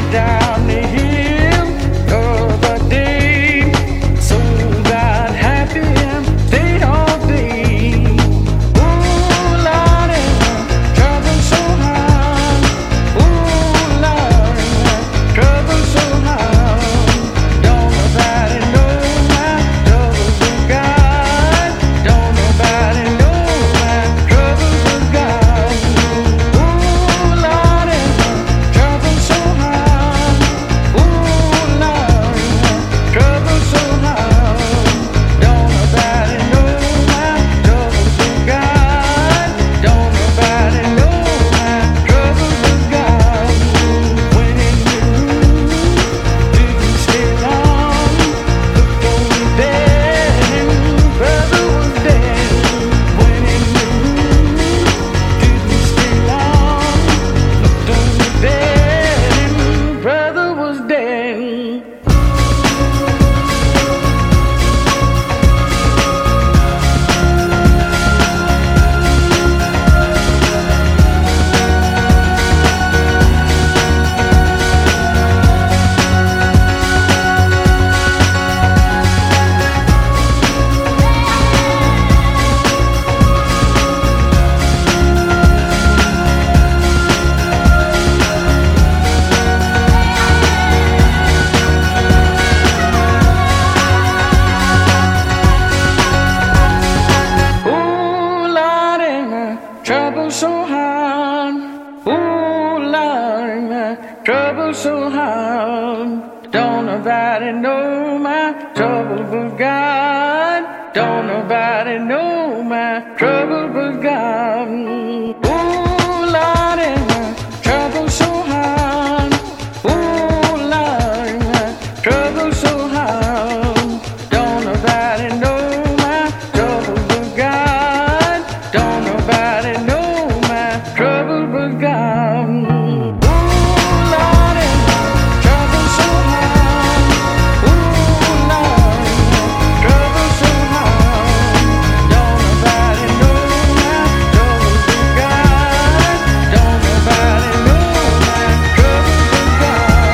hard. Ooh, Lord, my trouble so hard. Don't nobody know my trouble but God. Don't nobody know my trouble but God. Ooh, Lord, my trouble so hard. Ooh, Lord, my trouble so hard. Don't nobody know my trouble but God. Don't nobody know my trouble but God. Ooh, Lord, my trouble so hard. Ooh, Lord, my trouble so hard. Don't nobody know my trouble but God. Don't nobody know my trouble but God.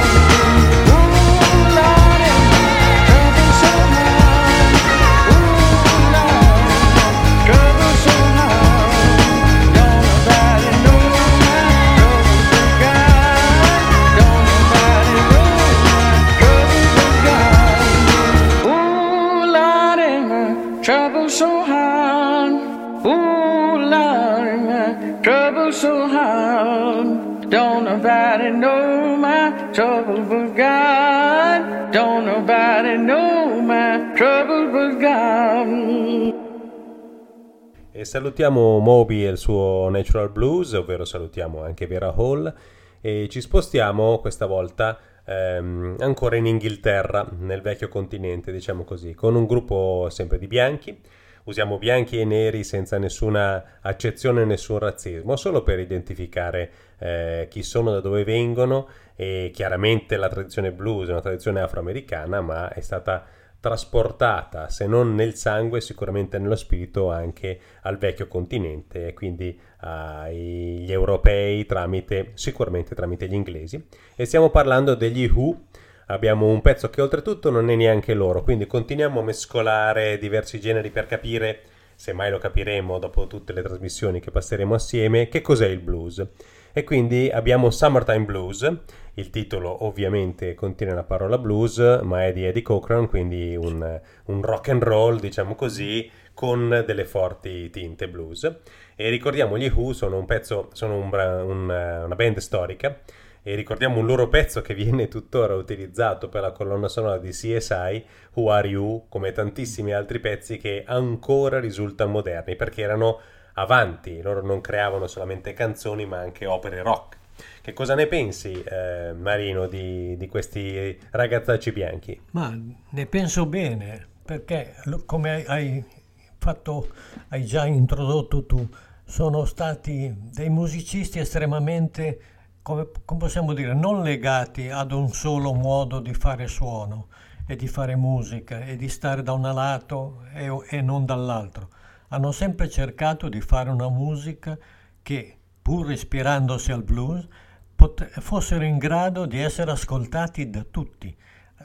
Ooh, Lord, my trouble so hard. Ooh, Lord, my trouble so hard. Don't nobody know my trouble but God. Don't nobody know my trouble but God. Ooh, Lord, my trouble so hard. Ooh, Lord, my trouble so hard. Don't nobody know my trouble but God. Don't nobody know my trouble but God. E salutiamo Moby e il suo Natural Blues, ovvero salutiamo anche Vera Hall, e ci spostiamo questa volta ehm, ancora in Inghilterra, nel vecchio continente, diciamo così, con un gruppo sempre di bianchi. Usiamo bianchi e neri senza nessuna accezione, nessun razzismo, solo per identificare eh, chi sono, da dove vengono, e chiaramente la tradizione blues è una tradizione afroamericana, ma è stata trasportata, se non nel sangue, sicuramente nello spirito, anche al vecchio continente, e quindi agli europei tramite, sicuramente tramite gli inglesi. E stiamo parlando degli Who. Abbiamo un pezzo che oltretutto non è neanche loro, quindi continuiamo a mescolare diversi generi per capire, se mai lo capiremo dopo tutte le trasmissioni che passeremo assieme, che cos'è il blues. E quindi abbiamo Summertime Blues, il titolo ovviamente contiene la parola blues, ma è di Eddie Cochran, quindi un, un rock and roll, diciamo così, con delle forti tinte blues. E ricordiamo, gli Who sono un pezzo, sono un, un, una band storica, e ricordiamo un loro pezzo che viene tuttora utilizzato per la colonna sonora di C S I, Who Are You, come tantissimi altri pezzi che ancora risultano moderni, perché erano avanti, loro non creavano solamente canzoni ma anche opere rock. Che cosa ne pensi, eh, Marino, di, di questi ragazzacci bianchi? Ma ne penso bene, perché come hai fatto, hai già introdotto tu, sono stati dei musicisti estremamente, come, come possiamo dire, non legati ad un solo modo di fare suono e di fare musica e di stare da un lato e, e non dall'altro. Hanno sempre cercato di fare una musica che, pur ispirandosi al blues, pot- fossero in grado di essere ascoltati da tutti,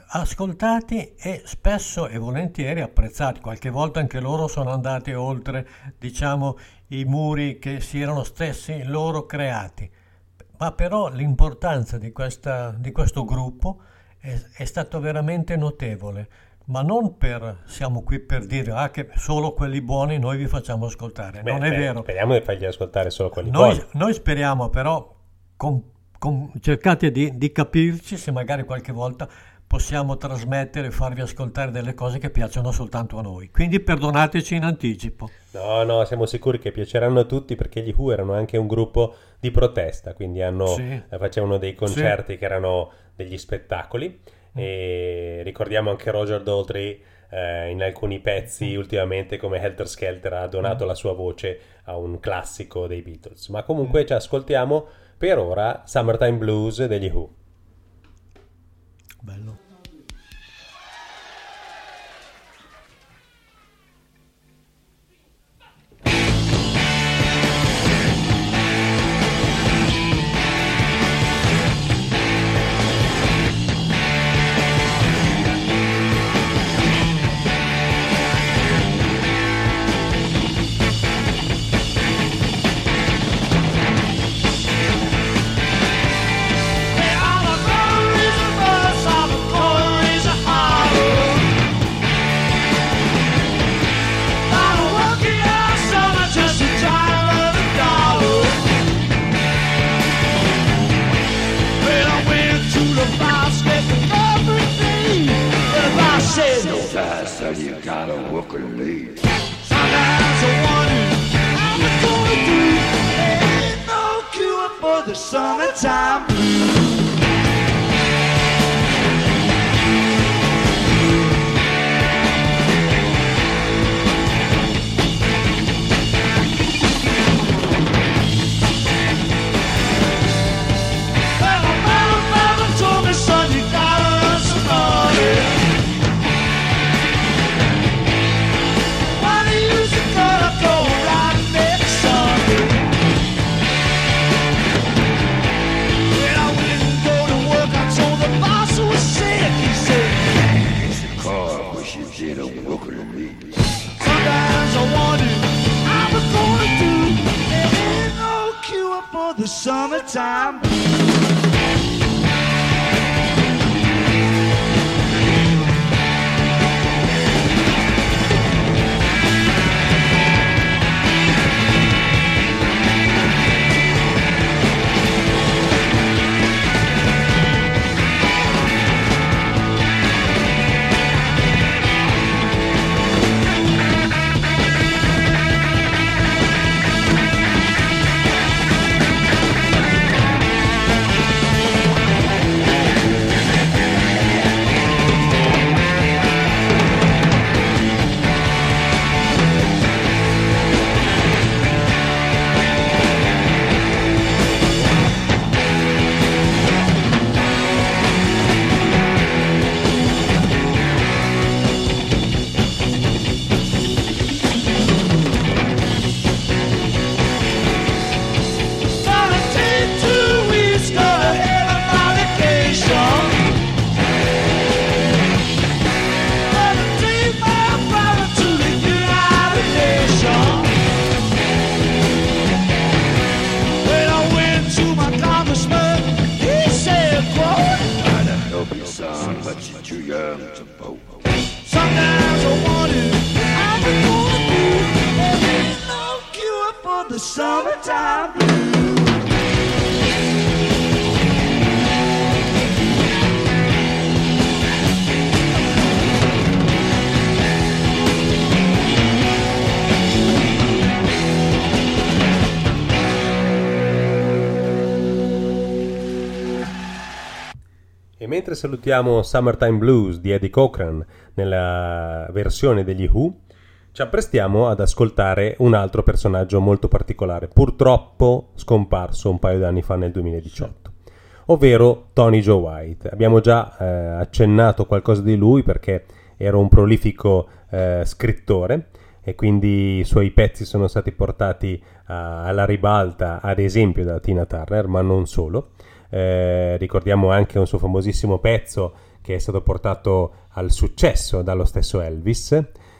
ascoltati e spesso e volentieri apprezzati. Qualche volta anche loro sono andati oltre, diciamo, i muri che si erano stessi loro creati. Ma però l'importanza di, questa, di questo gruppo è, è stato veramente notevole. Ma non per, siamo qui per dire ah, che solo quelli buoni noi vi facciamo ascoltare. Beh, non è beh, vero. Speriamo di fargli ascoltare solo quelli noi, buoni. Noi speriamo, però con, con, cercate di, di capirci, se magari qualche volta possiamo trasmettere e farvi ascoltare delle cose che piacciono soltanto a noi. Quindi perdonateci in anticipo. No, no, siamo sicuri che piaceranno a tutti, perché gli Who erano anche un gruppo di protesta, quindi hanno, sì. facevano dei concerti sì. che erano degli spettacoli. E ricordiamo anche Roger Daltrey eh, in alcuni pezzi ultimamente, come Helter Skelter, ha donato la sua voce a un classico dei Beatles. Ma comunque ci ascoltiamo per ora Summertime Blues degli Who. Bello. They are the glories of us, all the so you gotta work and leave. Sometimes I wonder how we're gonna do. There ain't no cure for the summertime blues. Sometimes I wonder how we're gonna do. There ain't no cure for the summertime blues. Mentre salutiamo Summertime Blues di Eddie Cochran nella versione degli Who, ci apprestiamo ad ascoltare un altro personaggio molto particolare, purtroppo scomparso un paio d'anni fa nel duemiladiciotto, ovvero Tony Joe White. Abbiamo già eh, accennato qualcosa di lui perché era un prolifico eh, scrittore e quindi i suoi pezzi sono stati portati a, alla ribalta, ad esempio da Tina Turner, ma non solo. Eh, ricordiamo anche un suo famosissimo pezzo che è stato portato al successo dallo stesso Elvis,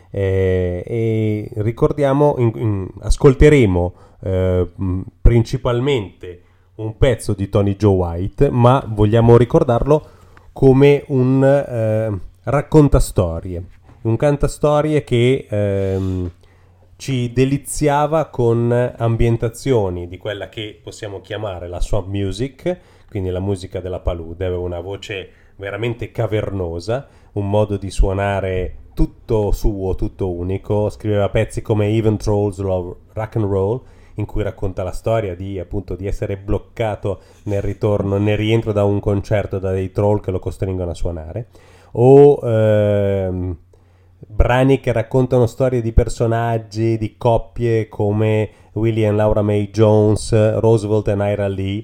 eh, e ricordiamo in, in, ascolteremo eh, principalmente un pezzo di Tony Joe White, ma vogliamo ricordarlo come un eh, raccontastorie, un cantastorie che ehm, ci deliziava con ambientazioni di quella che possiamo chiamare la swamp music, quindi la musica della palude. Aveva una voce veramente cavernosa, un modo di suonare tutto suo, tutto unico. Scriveva pezzi come Even Trolls Love Rock and Roll, in cui racconta la storia di appunto di essere bloccato nel ritorno, nel rientro da un concerto da dei troll che lo costringono a suonare, o ehm, brani che raccontano storie di personaggi, di coppie come Willie e Laura Mae Jones, Roosevelt e Ira Lee,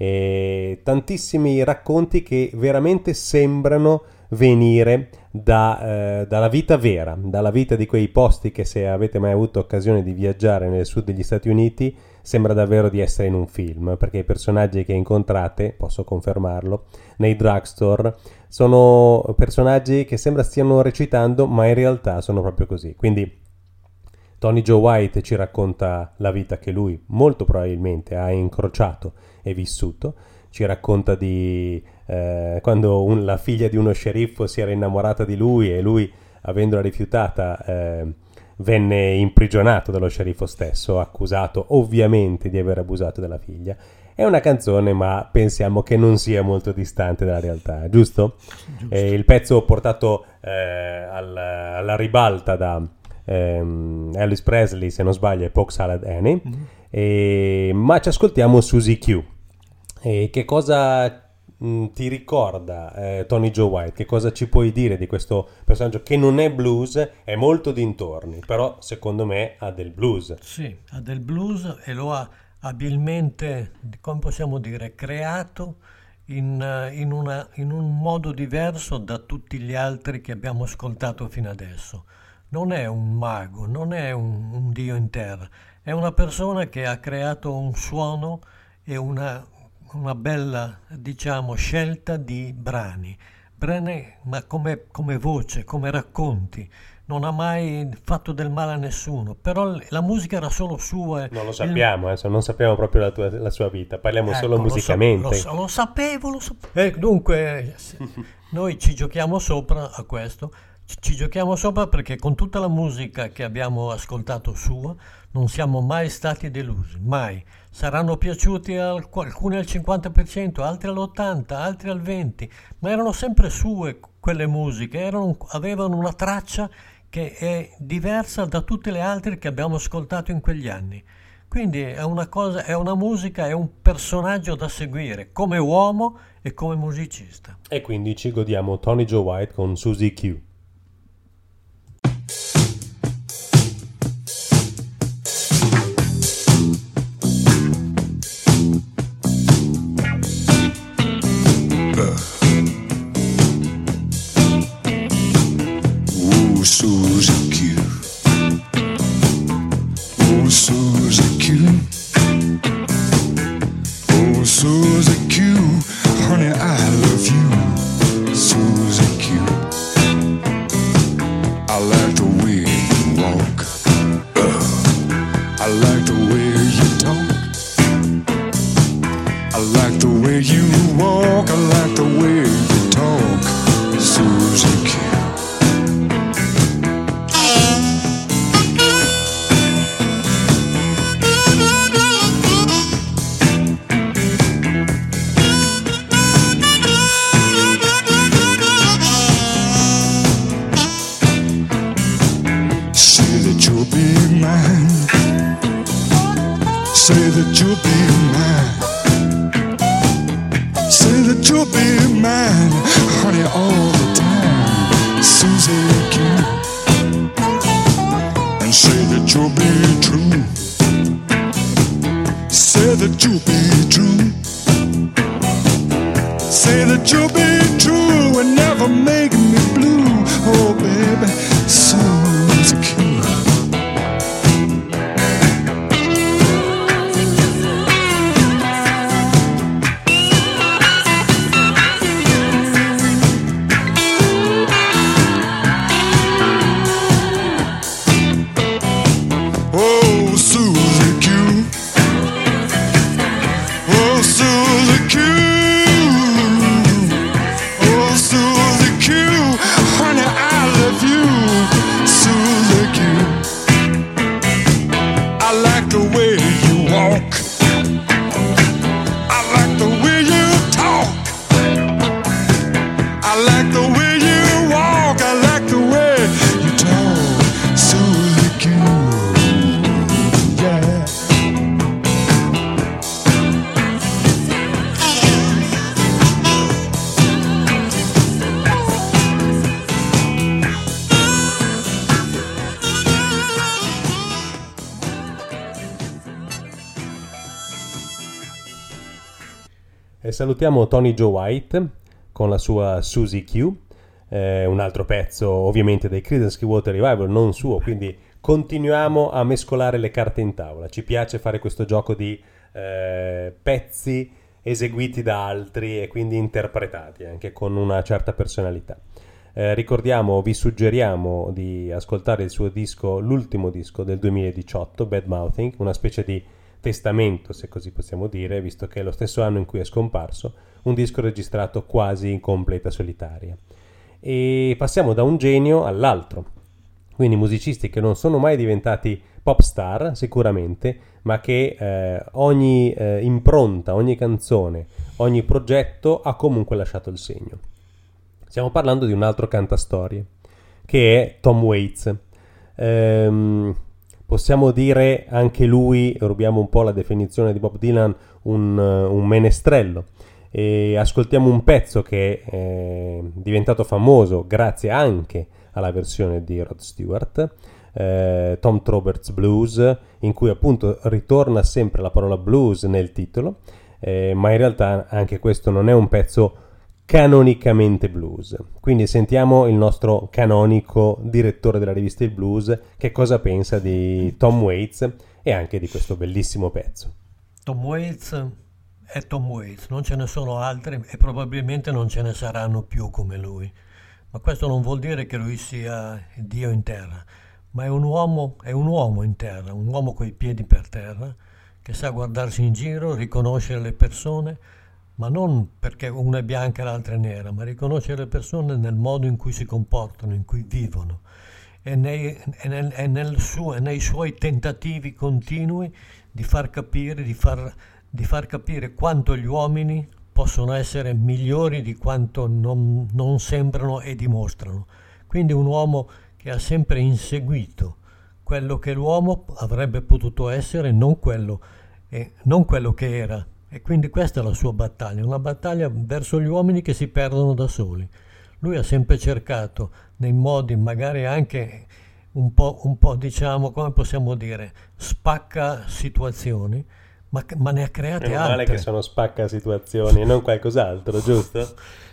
e tantissimi racconti che veramente sembrano venire da, eh, dalla vita vera, dalla vita di quei posti che, se avete mai avuto occasione di viaggiare nel sud degli Stati Uniti, sembra davvero di essere in un film, perché i personaggi che incontrate, posso confermarlo, nei drugstore sono personaggi che sembra stiano recitando, ma in realtà sono proprio così. Quindi Tony Joe White ci racconta la vita che lui molto probabilmente ha incrociato e vissuto. Ci racconta di eh, quando un, la figlia di uno sceriffo si era innamorata di lui e lui, avendola rifiutata, eh, venne imprigionato dallo sceriffo stesso, accusato ovviamente di aver abusato della figlia. È una canzone, ma pensiamo che non sia molto distante dalla realtà, giusto? Giusto. Eh, il pezzo portato eh, al, alla ribalta da ehm, Elvis Presley, se non sbaglio, è Polk Salad Annie, mm-hmm. e, ma ci ascoltiamo Susie Q. E che cosa mh, ti ricorda eh, Tony Joe White? Che cosa ci puoi dire di questo personaggio che non è blues, è molto dintorni, però secondo me ha del blues. Sì, ha del blues e lo ha abilmente, come possiamo dire, creato in, in, una, in un modo diverso da tutti gli altri che abbiamo ascoltato fino adesso. Non è un mago, non è un, un dio in terra, è una persona che ha creato un suono e una, una bella, diciamo, scelta di brani. Brani, ma come, come voce, come racconti. Non ha mai fatto del male a nessuno, però la musica era solo sua. Non lo sappiamo, il... eh, non sappiamo proprio la, tua, la sua vita, parliamo ecco, solo musicamente. Lo, so, lo, lo sapevo, lo sapevo. Eh, dunque, noi ci giochiamo sopra a questo, ci, ci giochiamo sopra perché con tutta la musica che abbiamo ascoltato sua, non siamo mai stati delusi, mai. Saranno piaciuti al, alcuni al cinquanta per cento, altri all'ottanta per cento, altri al venti per cento, ma erano sempre sue quelle musiche, erano, avevano una traccia che è diversa da tutte le altre che abbiamo ascoltato in quegli anni. Quindi è una cosa, è una musica, è un personaggio da seguire come uomo e come musicista. E quindi ci godiamo Tony Joe White con Susie Q. Susie Q. Oh, Susie Q. Oh, Susie Q. Honey, I love you, Susie Q. I like the way you walk. Uh, I like the way you talk. I like the way you walk. I like the way you talk, Susie Q. Say that you'll be mine. Say that you'll be mine, honey, all the time, Susie Q. And say that you'll be true. Say that you'll be true. Say that you'll be true and never make me blue. Oh, baby, Susie Q. E salutiamo Tony Joe White con la sua Susie Q, eh, un altro pezzo ovviamente dei Creedence Clearwater Revival, non suo, quindi continuiamo a mescolare le carte in tavola. Ci piace fare questo gioco di eh, pezzi eseguiti da altri e quindi interpretati anche con una certa personalità. Eh, ricordiamo, vi suggeriamo di ascoltare il suo disco, l'ultimo disco del duemiladiciotto, Bad Mouthing, una specie di testamento, se così possiamo dire, visto che è lo stesso anno in cui è scomparso, un disco registrato quasi in completa solitaria. E passiamo da un genio all'altro, Quindi musicisti che non sono mai diventati pop star, sicuramente, ma che eh, ogni eh, impronta, ogni canzone, ogni progetto ha comunque lasciato il segno. Stiamo parlando di un altro cantastorie, che è Tom Waits. Ehm, possiamo dire anche lui, rubiamo un po' la definizione di Bob Dylan, un, un menestrello. E ascoltiamo un pezzo che è diventato famoso grazie anche alla versione di Rod Stewart, eh, Tom Trobert's Blues, in cui appunto ritorna sempre la parola blues nel titolo, eh, ma in realtà anche questo non è un pezzo canonicamente blues. Quindi sentiamo il nostro canonico direttore della rivista Il Blues che cosa pensa di Tom Waits e anche di questo bellissimo pezzo. Tom Waits è Tom Waits, non ce ne sono altri e probabilmente non ce ne saranno più come lui. Ma questo non vuol dire che lui sia Dio in terra, ma è un uomo, è un uomo in terra, un uomo coi piedi per terra, che sa guardarsi in giro, riconoscere le persone, ma non perché una è bianca e l'altra è nera, ma riconoscere le persone nel modo in cui si comportano, in cui vivono, e nei, e nel, e nel suo, e nei suoi tentativi continui di far capire, di far, di far capire quanto gli uomini possono essere migliori di quanto non, non sembrano e dimostrano. Quindi un uomo che ha sempre inseguito quello che l'uomo avrebbe potuto essere, non quello, eh, non quello che era. E quindi questa è la sua battaglia, una battaglia verso gli uomini che si perdono da soli. Lui ha sempre cercato, nei modi magari anche un po', un po' diciamo, come possiamo dire, spacca situazioni, Ma, ma ne ha create Meno altre. male che sono spacca situazioni e non qualcos'altro, giusto?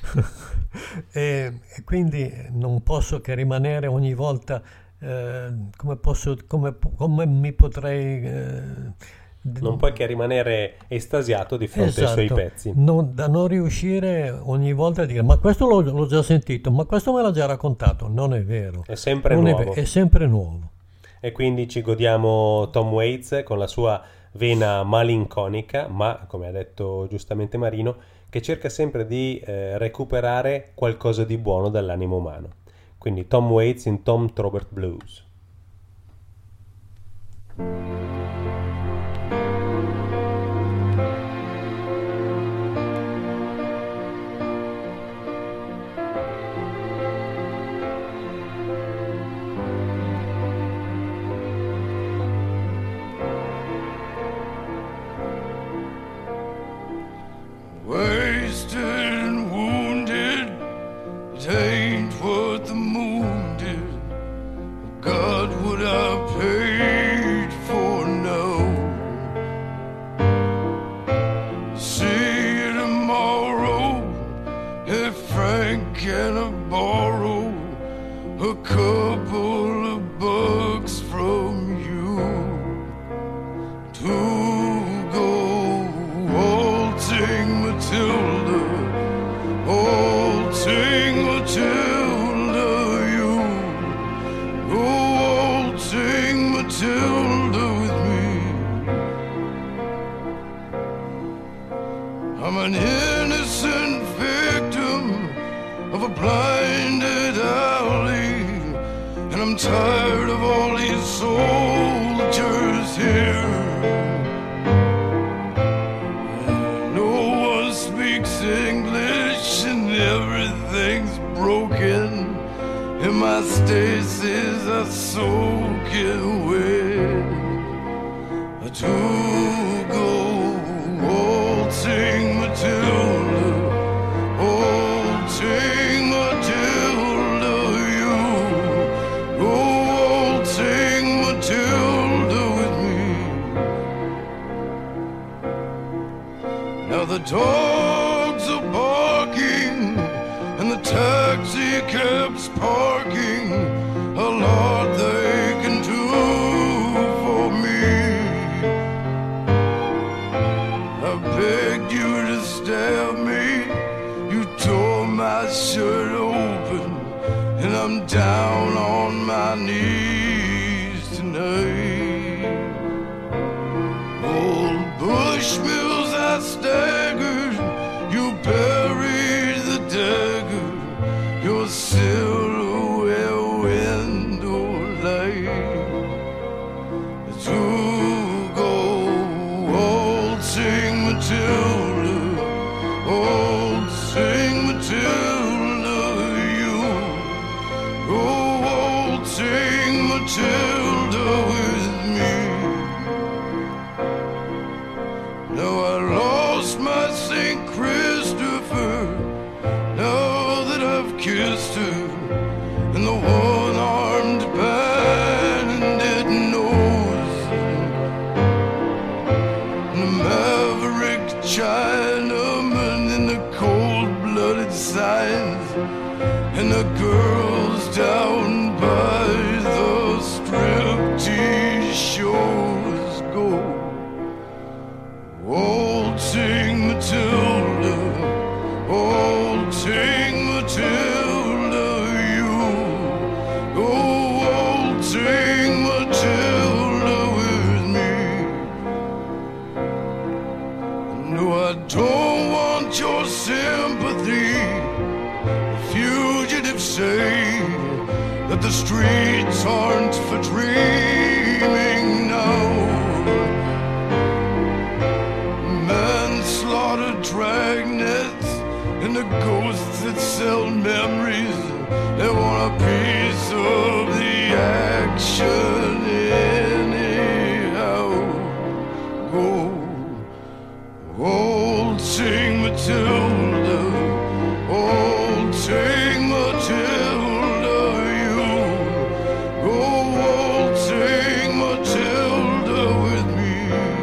e, e quindi non posso che rimanere ogni volta eh, come posso come, come mi potrei eh, non puoi che rimanere estasiato di fronte esatto, ai suoi pezzi, non, da non riuscire ogni volta a dire ma questo l'ho, l'ho già sentito, ma questo me l'ha già raccontato. Non è vero, è sempre non nuovo, è, è sempre nuovo. E quindi ci godiamo Tom Waits con la sua vena malinconica, ma come ha detto giustamente Marino, che cerca sempre di eh, recuperare qualcosa di buono dall'animo umano. Quindi Tom Waits in Tom Trobert Blues. Wasted and wounded, it ain't what the moon did. God, would I paid for now? See you tomorrow, if Frank can I borrow a couple of bucks from you to go waltzing Matilda, waltzing Matilda, you go waltzing Matilda with me. I'm an innocent victim of a blinded alley, and I'm tired of all these soldiers here. English and everything's broken, and my stasis are soaking wet. To go waltzing Matilda, waltzing Matilda, you go waltzing Matilda with me. Now the dogs are barking and the taxi cab's parking. A lot they can do for me. I begged you to stab me, you tore my shirt open, and I'm down on my knees tonight. Old Bushmills, I staggered, you buried the dagger, your silhouette window Matilda, old Saint Matilda, you. Oh, old Saint Matilda with me. Now I lost my Saint Christopher, now that I've kissed her, and the one-armed bandit knows, and the maverick Chinaman in the cold-blooded signs, and the girls down by the striptease shows go. Old Saint Matilda, old Saint Matilda, you. Oh, old Saint Matilda with me. No, I don't want your sympathy. The fugitives say that the streets aren't for dreaming now. Manslaughter, dragnets, and the ghosts that sell memories. They want a piece of the action anyhow. Go, old Saint Matilda, old Saint Matilda, you. Go, old Saint Matilda with me.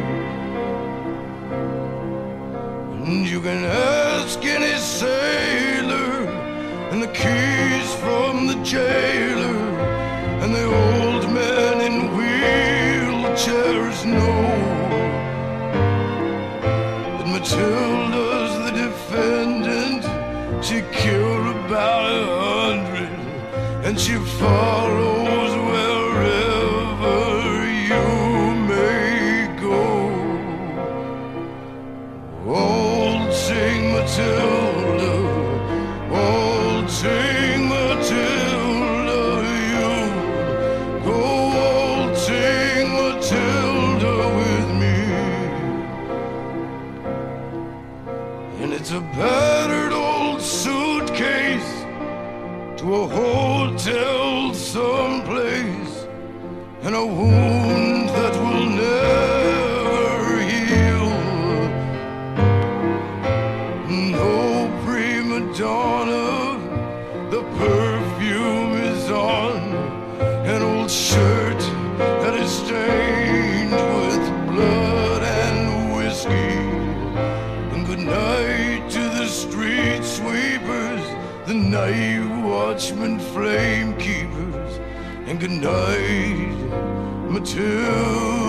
And you can ask any sailor, and the keys from the jailer, and the old men in wheelchairs know that Matilda's the defendant. She killed about a hundred, and she follows wherever you may go. Old Saint Matilda, old Saint Matilda, you. Go, old Saint Matilda with me. And it's a battered old suitcase to a hotel someplace, and a wound that will never heal. No prima donna, the perfume is on, an old shirt that is stained with blood and whiskey. And good night to the street sweepers, the night watchmen, flame keepers, and good night, Matilda.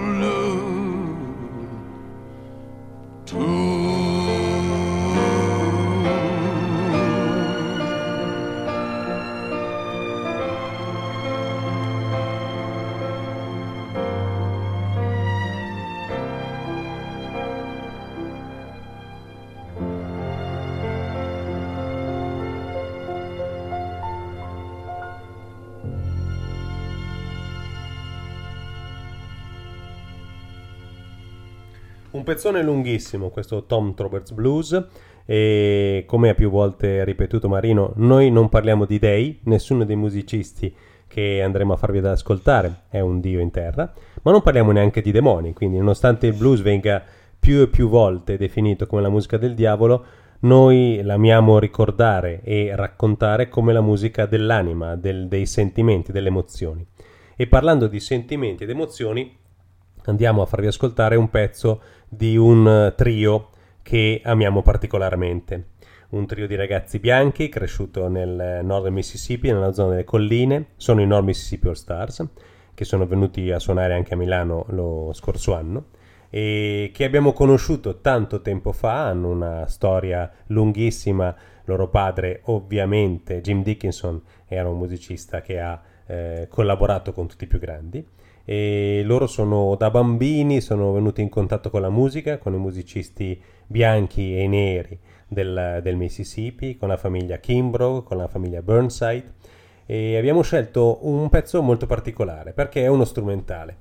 Un pezzone lunghissimo questo Tom Roberts Blues, e come ha più volte ripetuto Marino, noi non parliamo di dei, nessuno dei musicisti che andremo a farvi ad ascoltare è un dio in terra, ma non parliamo neanche di demoni, quindi nonostante il blues venga più e più volte definito come la musica del diavolo, noi l'amiamo ricordare e raccontare come la musica dell'anima, del, dei sentimenti, delle emozioni. E parlando di sentimenti ed emozioni, andiamo a farvi ascoltare un pezzo di un trio che amiamo particolarmente. Un trio di ragazzi bianchi cresciuto nel nord del Mississippi, nella zona delle colline. Sono i North Mississippi All Stars, che sono venuti a suonare anche a Milano lo scorso anno e che abbiamo conosciuto tanto tempo fa. Hanno una storia lunghissima. Loro padre, ovviamente, Jim Dickinson, era un musicista che ha eh, collaborato con tutti i più grandi. E loro sono da bambini sono venuti in contatto con la musica, con i musicisti bianchi e neri del, del Mississippi, con la famiglia Kimbrough, con la famiglia Burnside, e abbiamo scelto un pezzo molto particolare perché è uno strumentale.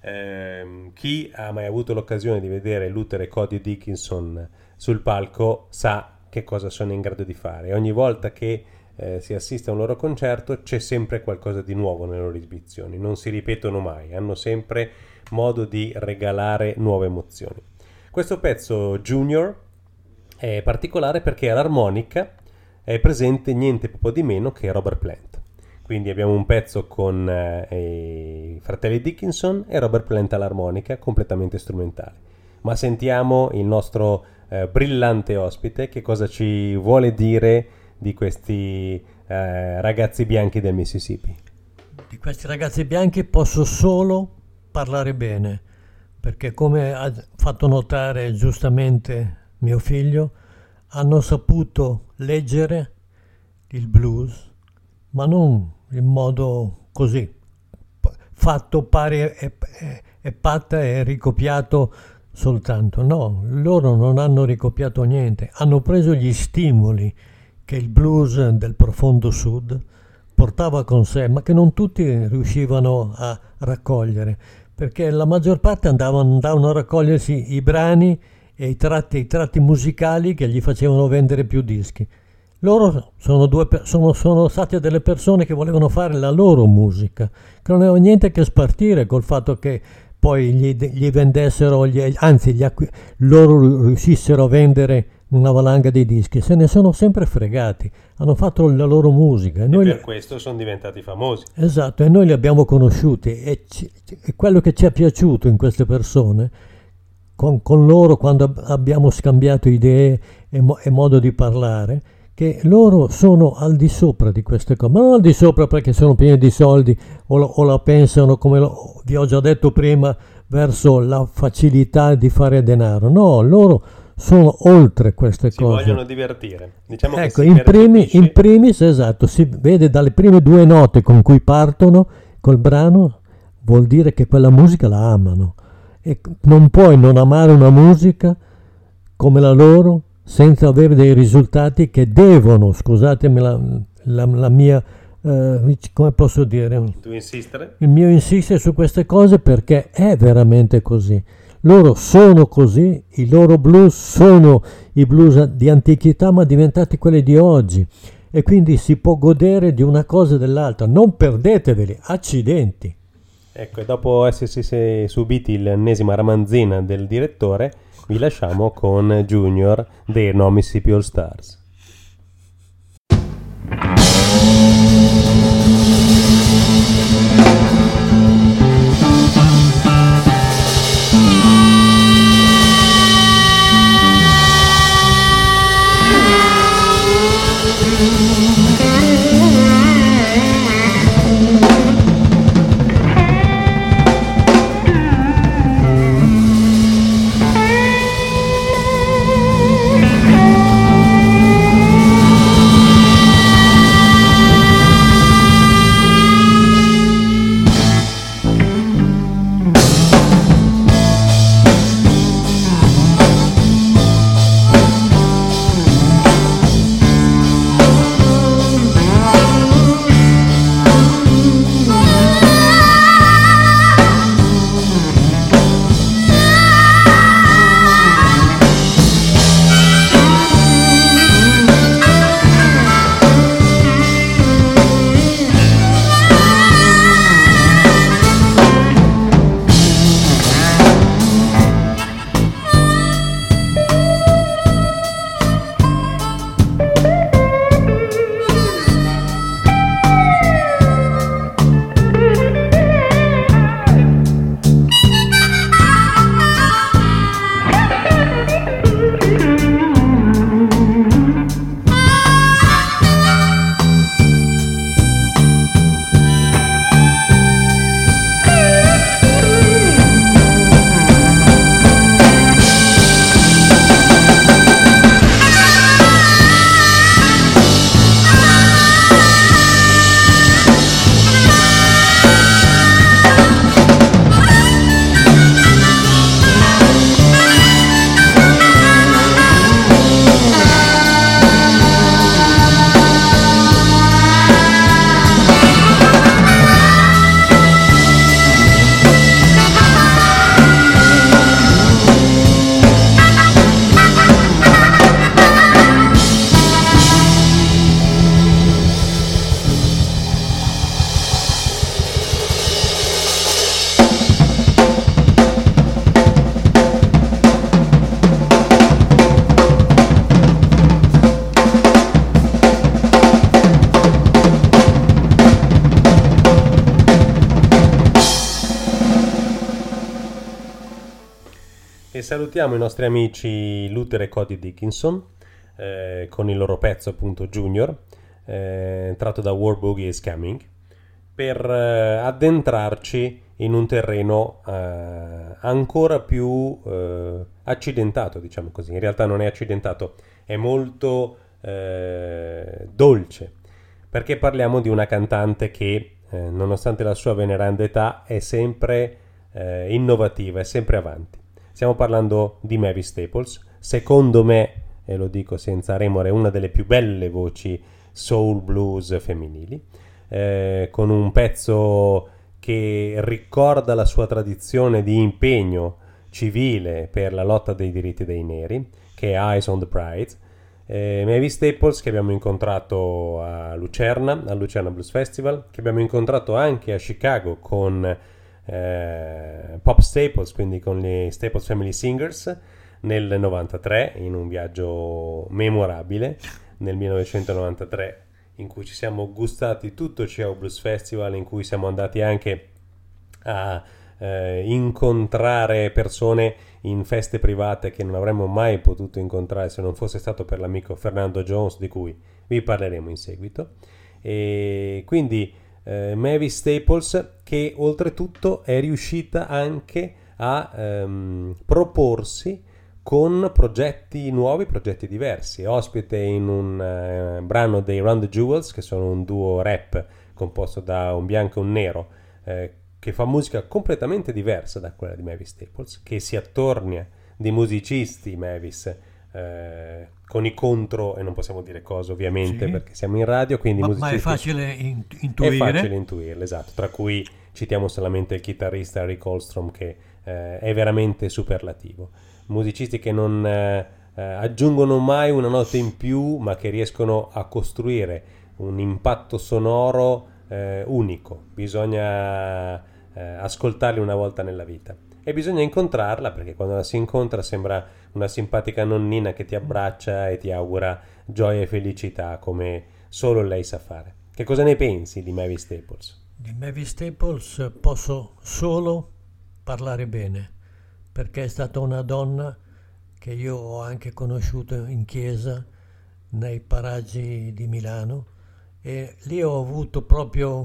Ehm, chi ha mai avuto l'occasione di vedere Luther e Cody Dickinson sul palco sa che cosa sono in grado di fare. Ogni volta che eh, si assiste a un loro concerto c'è sempre qualcosa di nuovo nelle loro esibizioni, non si ripetono mai, hanno sempre modo di regalare nuove emozioni. Questo pezzo Junior è particolare perché all'armonica è presente niente po' di meno che Robert Plant. Quindi abbiamo un pezzo con eh, i fratelli Dickinson e Robert Plant all'armonica, completamente strumentale. Ma sentiamo il nostro eh, brillante ospite che cosa ci vuole dire di questi eh, ragazzi bianchi del Mississippi. Di questi ragazzi bianchi posso solo parlare bene, perché come ha fatto notare giustamente mio figlio, hanno saputo leggere il blues, ma non in modo così, fatto pari e, e, e patta e ricopiato soltanto. No, loro non hanno ricopiato niente, hanno preso gli stimoli che il blues del profondo sud portava con sé, ma che non tutti riuscivano a raccogliere, perché la maggior parte andavano, andavano a raccogliersi i brani e i tratti, i tratti musicali che gli facevano vendere più dischi. Loro sono, due, sono, sono state delle persone che volevano fare la loro musica, che non avevano niente a che spartire col fatto che poi gli, gli vendessero, gli, anzi gli acqu- loro riuscissero a vendere una valanga di dischi. Se ne sono sempre fregati, hanno fatto la loro musica. E, e noi per li... questo sono diventati famosi. Esatto, e noi li abbiamo conosciuti e, ci, e quello che ci è piaciuto in queste persone, con, con loro quando abbiamo scambiato idee e, mo, e modo di parlare, che loro sono al di sopra di queste cose, ma non al di sopra perché sono pieni di soldi o, lo, o la pensano, come lo, vi ho già detto prima, verso la facilità di fare denaro. No, loro sono oltre queste si cose. Si vogliono divertire. Diciamo ecco, che si in, primi, in primis, esatto, si vede dalle prime due note con cui partono col brano, vuol dire che quella musica la amano. E non puoi non amare una musica come la loro senza avere dei risultati che devono, scusatemi la, la, la mia, eh, come posso dire? Tu insistere? Il mio insistere su queste cose perché è veramente così. Loro sono così, i loro blues sono i blues di antichità ma diventati quelli di oggi e quindi si può godere di una cosa e dell'altra. Non perdeteveli, accidenti. Ecco, e dopo essersi subiti l'ennesima ramanzina del direttore, vi lasciamo con Junior dei No Mississippi All Stars. Thank you. salutiamo i nostri amici Luther e Cody Dickinson eh, con il loro pezzo appunto Junior, eh, tratto da War Boogie is Coming, per eh, addentrarci in un terreno eh, ancora più eh, accidentato, diciamo così. In realtà non è accidentato, è molto eh, dolce, perché parliamo di una cantante che eh, nonostante la sua veneranda età è sempre eh, innovativa, è sempre avanti. Stiamo parlando di Mavis Staples, secondo me, e lo dico senza remore, una delle più belle voci soul blues femminili, eh, con un pezzo che ricorda la sua tradizione di impegno civile per la lotta dei diritti dei neri, che è Eyes on the Prize. Eh, Mavis Staples, che abbiamo incontrato a Lucerna, al Lucerna Blues Festival, che abbiamo incontrato anche a Chicago con eh, Pop Staples, quindi con gli Staples Family Singers, nel novantatré, in un viaggio memorabile, nel millenovecentonovantatré, in cui ci siamo gustati tutto il Chicago Blues Festival, in cui siamo andati anche a eh, incontrare persone in feste private che non avremmo mai potuto incontrare se non fosse stato per l'amico Fernando Jones, di cui vi parleremo in seguito. E quindi eh, Mavis Staples, che oltretutto è riuscita anche a ehm, proporsi con progetti nuovi, progetti diversi. È ospite in un uh, brano dei Run the Jewels, che sono un duo rap composto da un bianco e un nero, eh, che fa musica completamente diversa da quella di Mavis Staples, che si attornia di musicisti, Mavis, eh, con i contro, e non possiamo dire cosa ovviamente, sì, perché siamo in radio, quindi ma, musicisti, ma è facile in, intuire. È facile intuirle, esatto, tra cui citiamo solamente il chitarrista Rick Holstrom, che eh, è veramente superlativo. Musicisti che non eh, aggiungono mai una nota in più, ma che riescono a costruire un impatto sonoro eh, unico. Bisogna eh, ascoltarli una volta nella vita e bisogna incontrarla, perché quando la si incontra sembra una simpatica nonnina che ti abbraccia e ti augura gioia e felicità, come solo lei sa fare. Che cosa ne pensi di Mavis Staples? Di Mavis Staples posso solo parlare bene, perché è stata una donna che io ho anche conosciuto in chiesa nei paraggi di Milano, e lì ho avuto proprio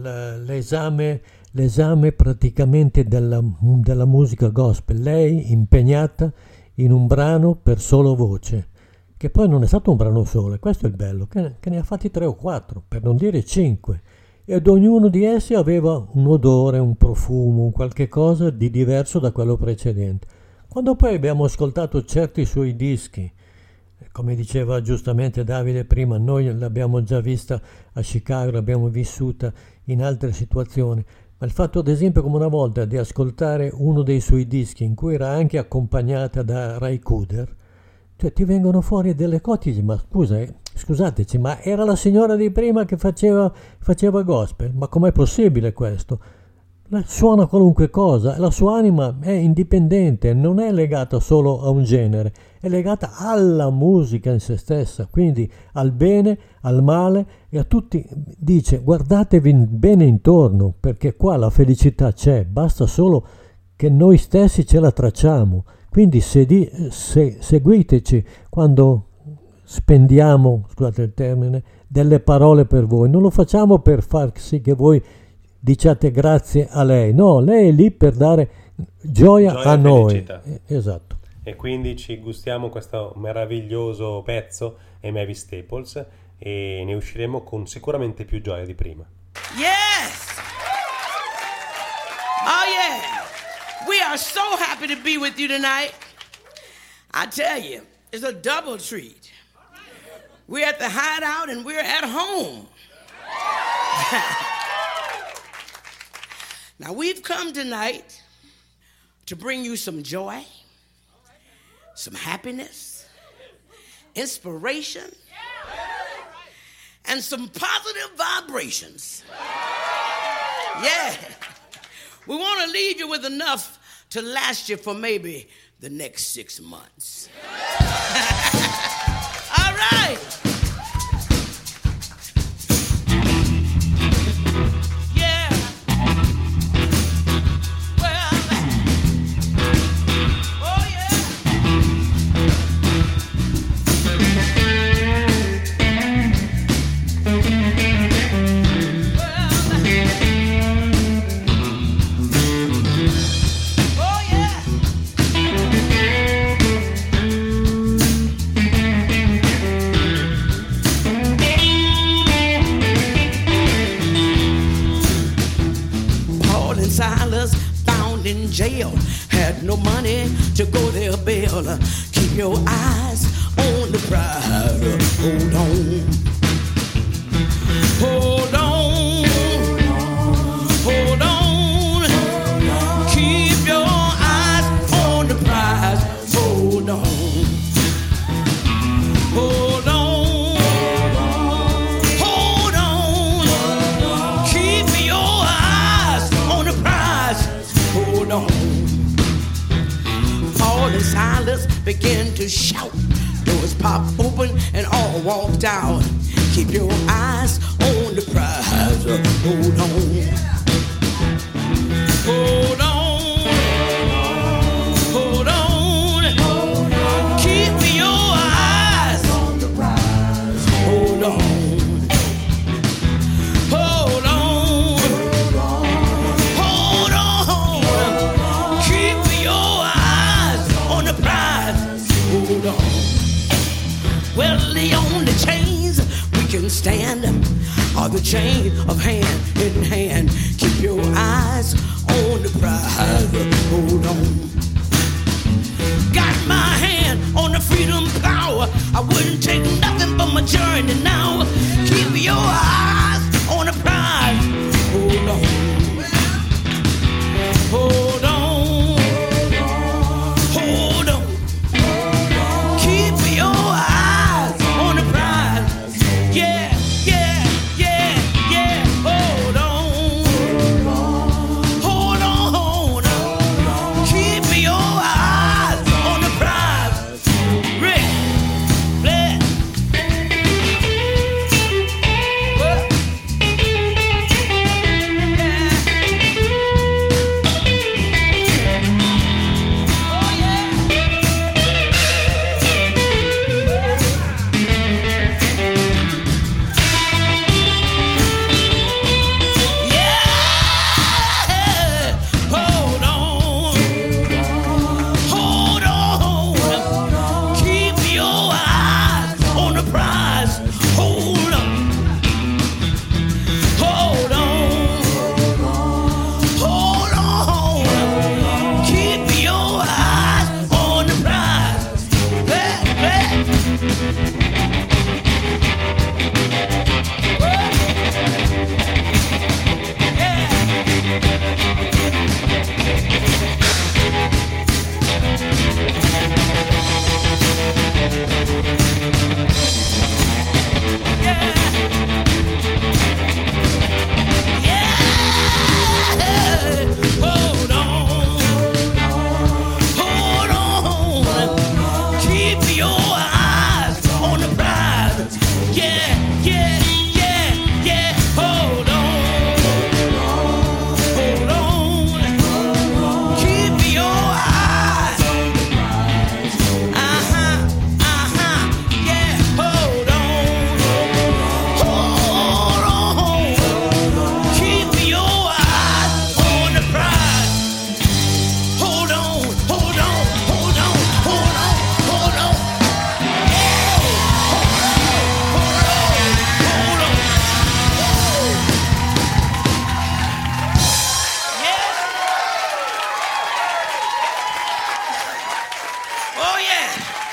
l'esame, l'esame praticamente della, della musica gospel. Lei impegnata in un brano per solo voce, che poi non è stato un brano solo, questo è il bello, che, che ne ha fatti tre o quattro, per non dire cinque. Ed ognuno di essi aveva un odore, un profumo, un qualche cosa di diverso da quello precedente. Quando poi abbiamo ascoltato certi suoi dischi, come diceva giustamente Davide prima, noi l'abbiamo già vista a Chicago, l'abbiamo vissuta in altre situazioni, ma il fatto ad esempio come una volta di ascoltare uno dei suoi dischi in cui era anche accompagnata da Ray Cooder, cioè ti vengono fuori delle cose, ma scusa, eh, scusateci, ma era la signora di prima che faceva, faceva gospel, ma com'è possibile questo? La, suona qualunque cosa, la sua anima è indipendente, non è legata solo a un genere, è legata alla musica in se stessa, quindi al bene, al male, e a tutti dice guardatevi bene intorno, perché qua la felicità c'è, basta solo che noi stessi ce la tracciamo. Quindi se di, se, seguiteci quando spendiamo, scusate il termine, delle parole per voi. Non lo facciamo per far sì che voi diciate grazie a lei. No, lei è lì per dare gioia, gioia a noi. Eh, esatto. E quindi ci gustiamo questo meraviglioso pezzo, è Mavis Staples, e ne usciremo con sicuramente più gioia di prima. Yes! Oh yeah! We are so happy to be with you tonight. I tell you, it's a double treat. We're at the Hideout and we're at home. Now, we've come tonight to bring you some joy, some happiness, inspiration, and some positive vibrations. Yeah. We want to leave you with enough to last you for maybe the next six months. All right. Yeah. Well, oh yeah. your eyes on the prize. Hold on. Hold on. Hold on. Keep your eyes on the prize. Hold on. Hold on. Hold on. Keep your eyes on the prize. Hold on. Paul and Silas began to shout. Doors popped open and all walked out. Keep your eyes on the prize. Hold on. Hold on. Hold on. Keep your eyes on the prize. Hold on. Hold on. Hold on. Keep your eyes on the prize. Hold on. Well, the only chains we can stand are the chain of hand in hand. Keep your eyes on the prize. Hold on. Got my hand on the freedom power. I wouldn't take nothing but my journey now. Keep your eyes on the prize. Hold on. Hold on. Hold on. Keep your eyes on the prize. Yeah, yeah, yeah, yeah. Hold on. Hold on, hold on. Keep your eyes on the prize. Rick, Blair. What? Oh, yeah. Yeah. Hold on. Hold on. Keep your eyes on the prize. Hold on. Hold on. Hold on. Keep your eyes on the prize. Hey, hey. Hold on. Hold on. Keep your eyes on the prize. Yeah, yeah, yeah, yeah. Hold on. Hold on. Keep your eyes. Uh-huh, uh-huh. Yeah, hold on. Hold on. Keep your eyes on the prize. Hold on, hold on, hold on, hold on, hold on. Yeah, hold on, hold on. Yeah. Oh yeah.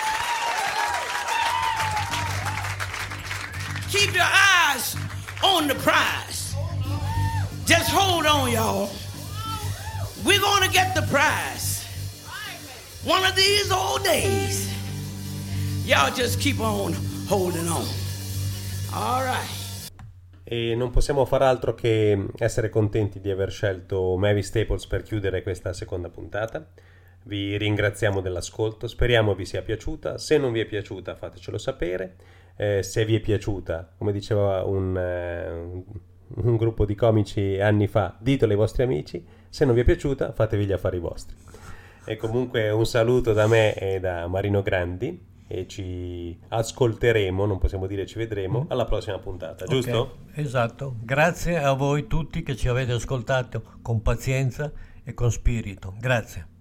Keep your eyes on the prize. Just hold on, y'all. We're gonna get the prize. One of these old days. Y'all just keep on holding on. All right. E non possiamo far altro che essere contenti di aver scelto Mavis Staples per chiudere questa seconda puntata. Vi ringraziamo dell'ascolto, speriamo vi sia piaciuta. Se non vi è piaciuta fatecelo sapere. Eh, se vi è piaciuta, come diceva un, eh, un, un gruppo di comici anni fa, ditelo ai vostri amici. Se non vi è piaciuta fatevi gli affari vostri. E comunque un saluto da me e da Marino Grandi e ci ascolteremo, non possiamo dire ci vedremo, alla prossima puntata, giusto? Okay, esatto, grazie a voi tutti che ci avete ascoltato con pazienza e con spirito, grazie.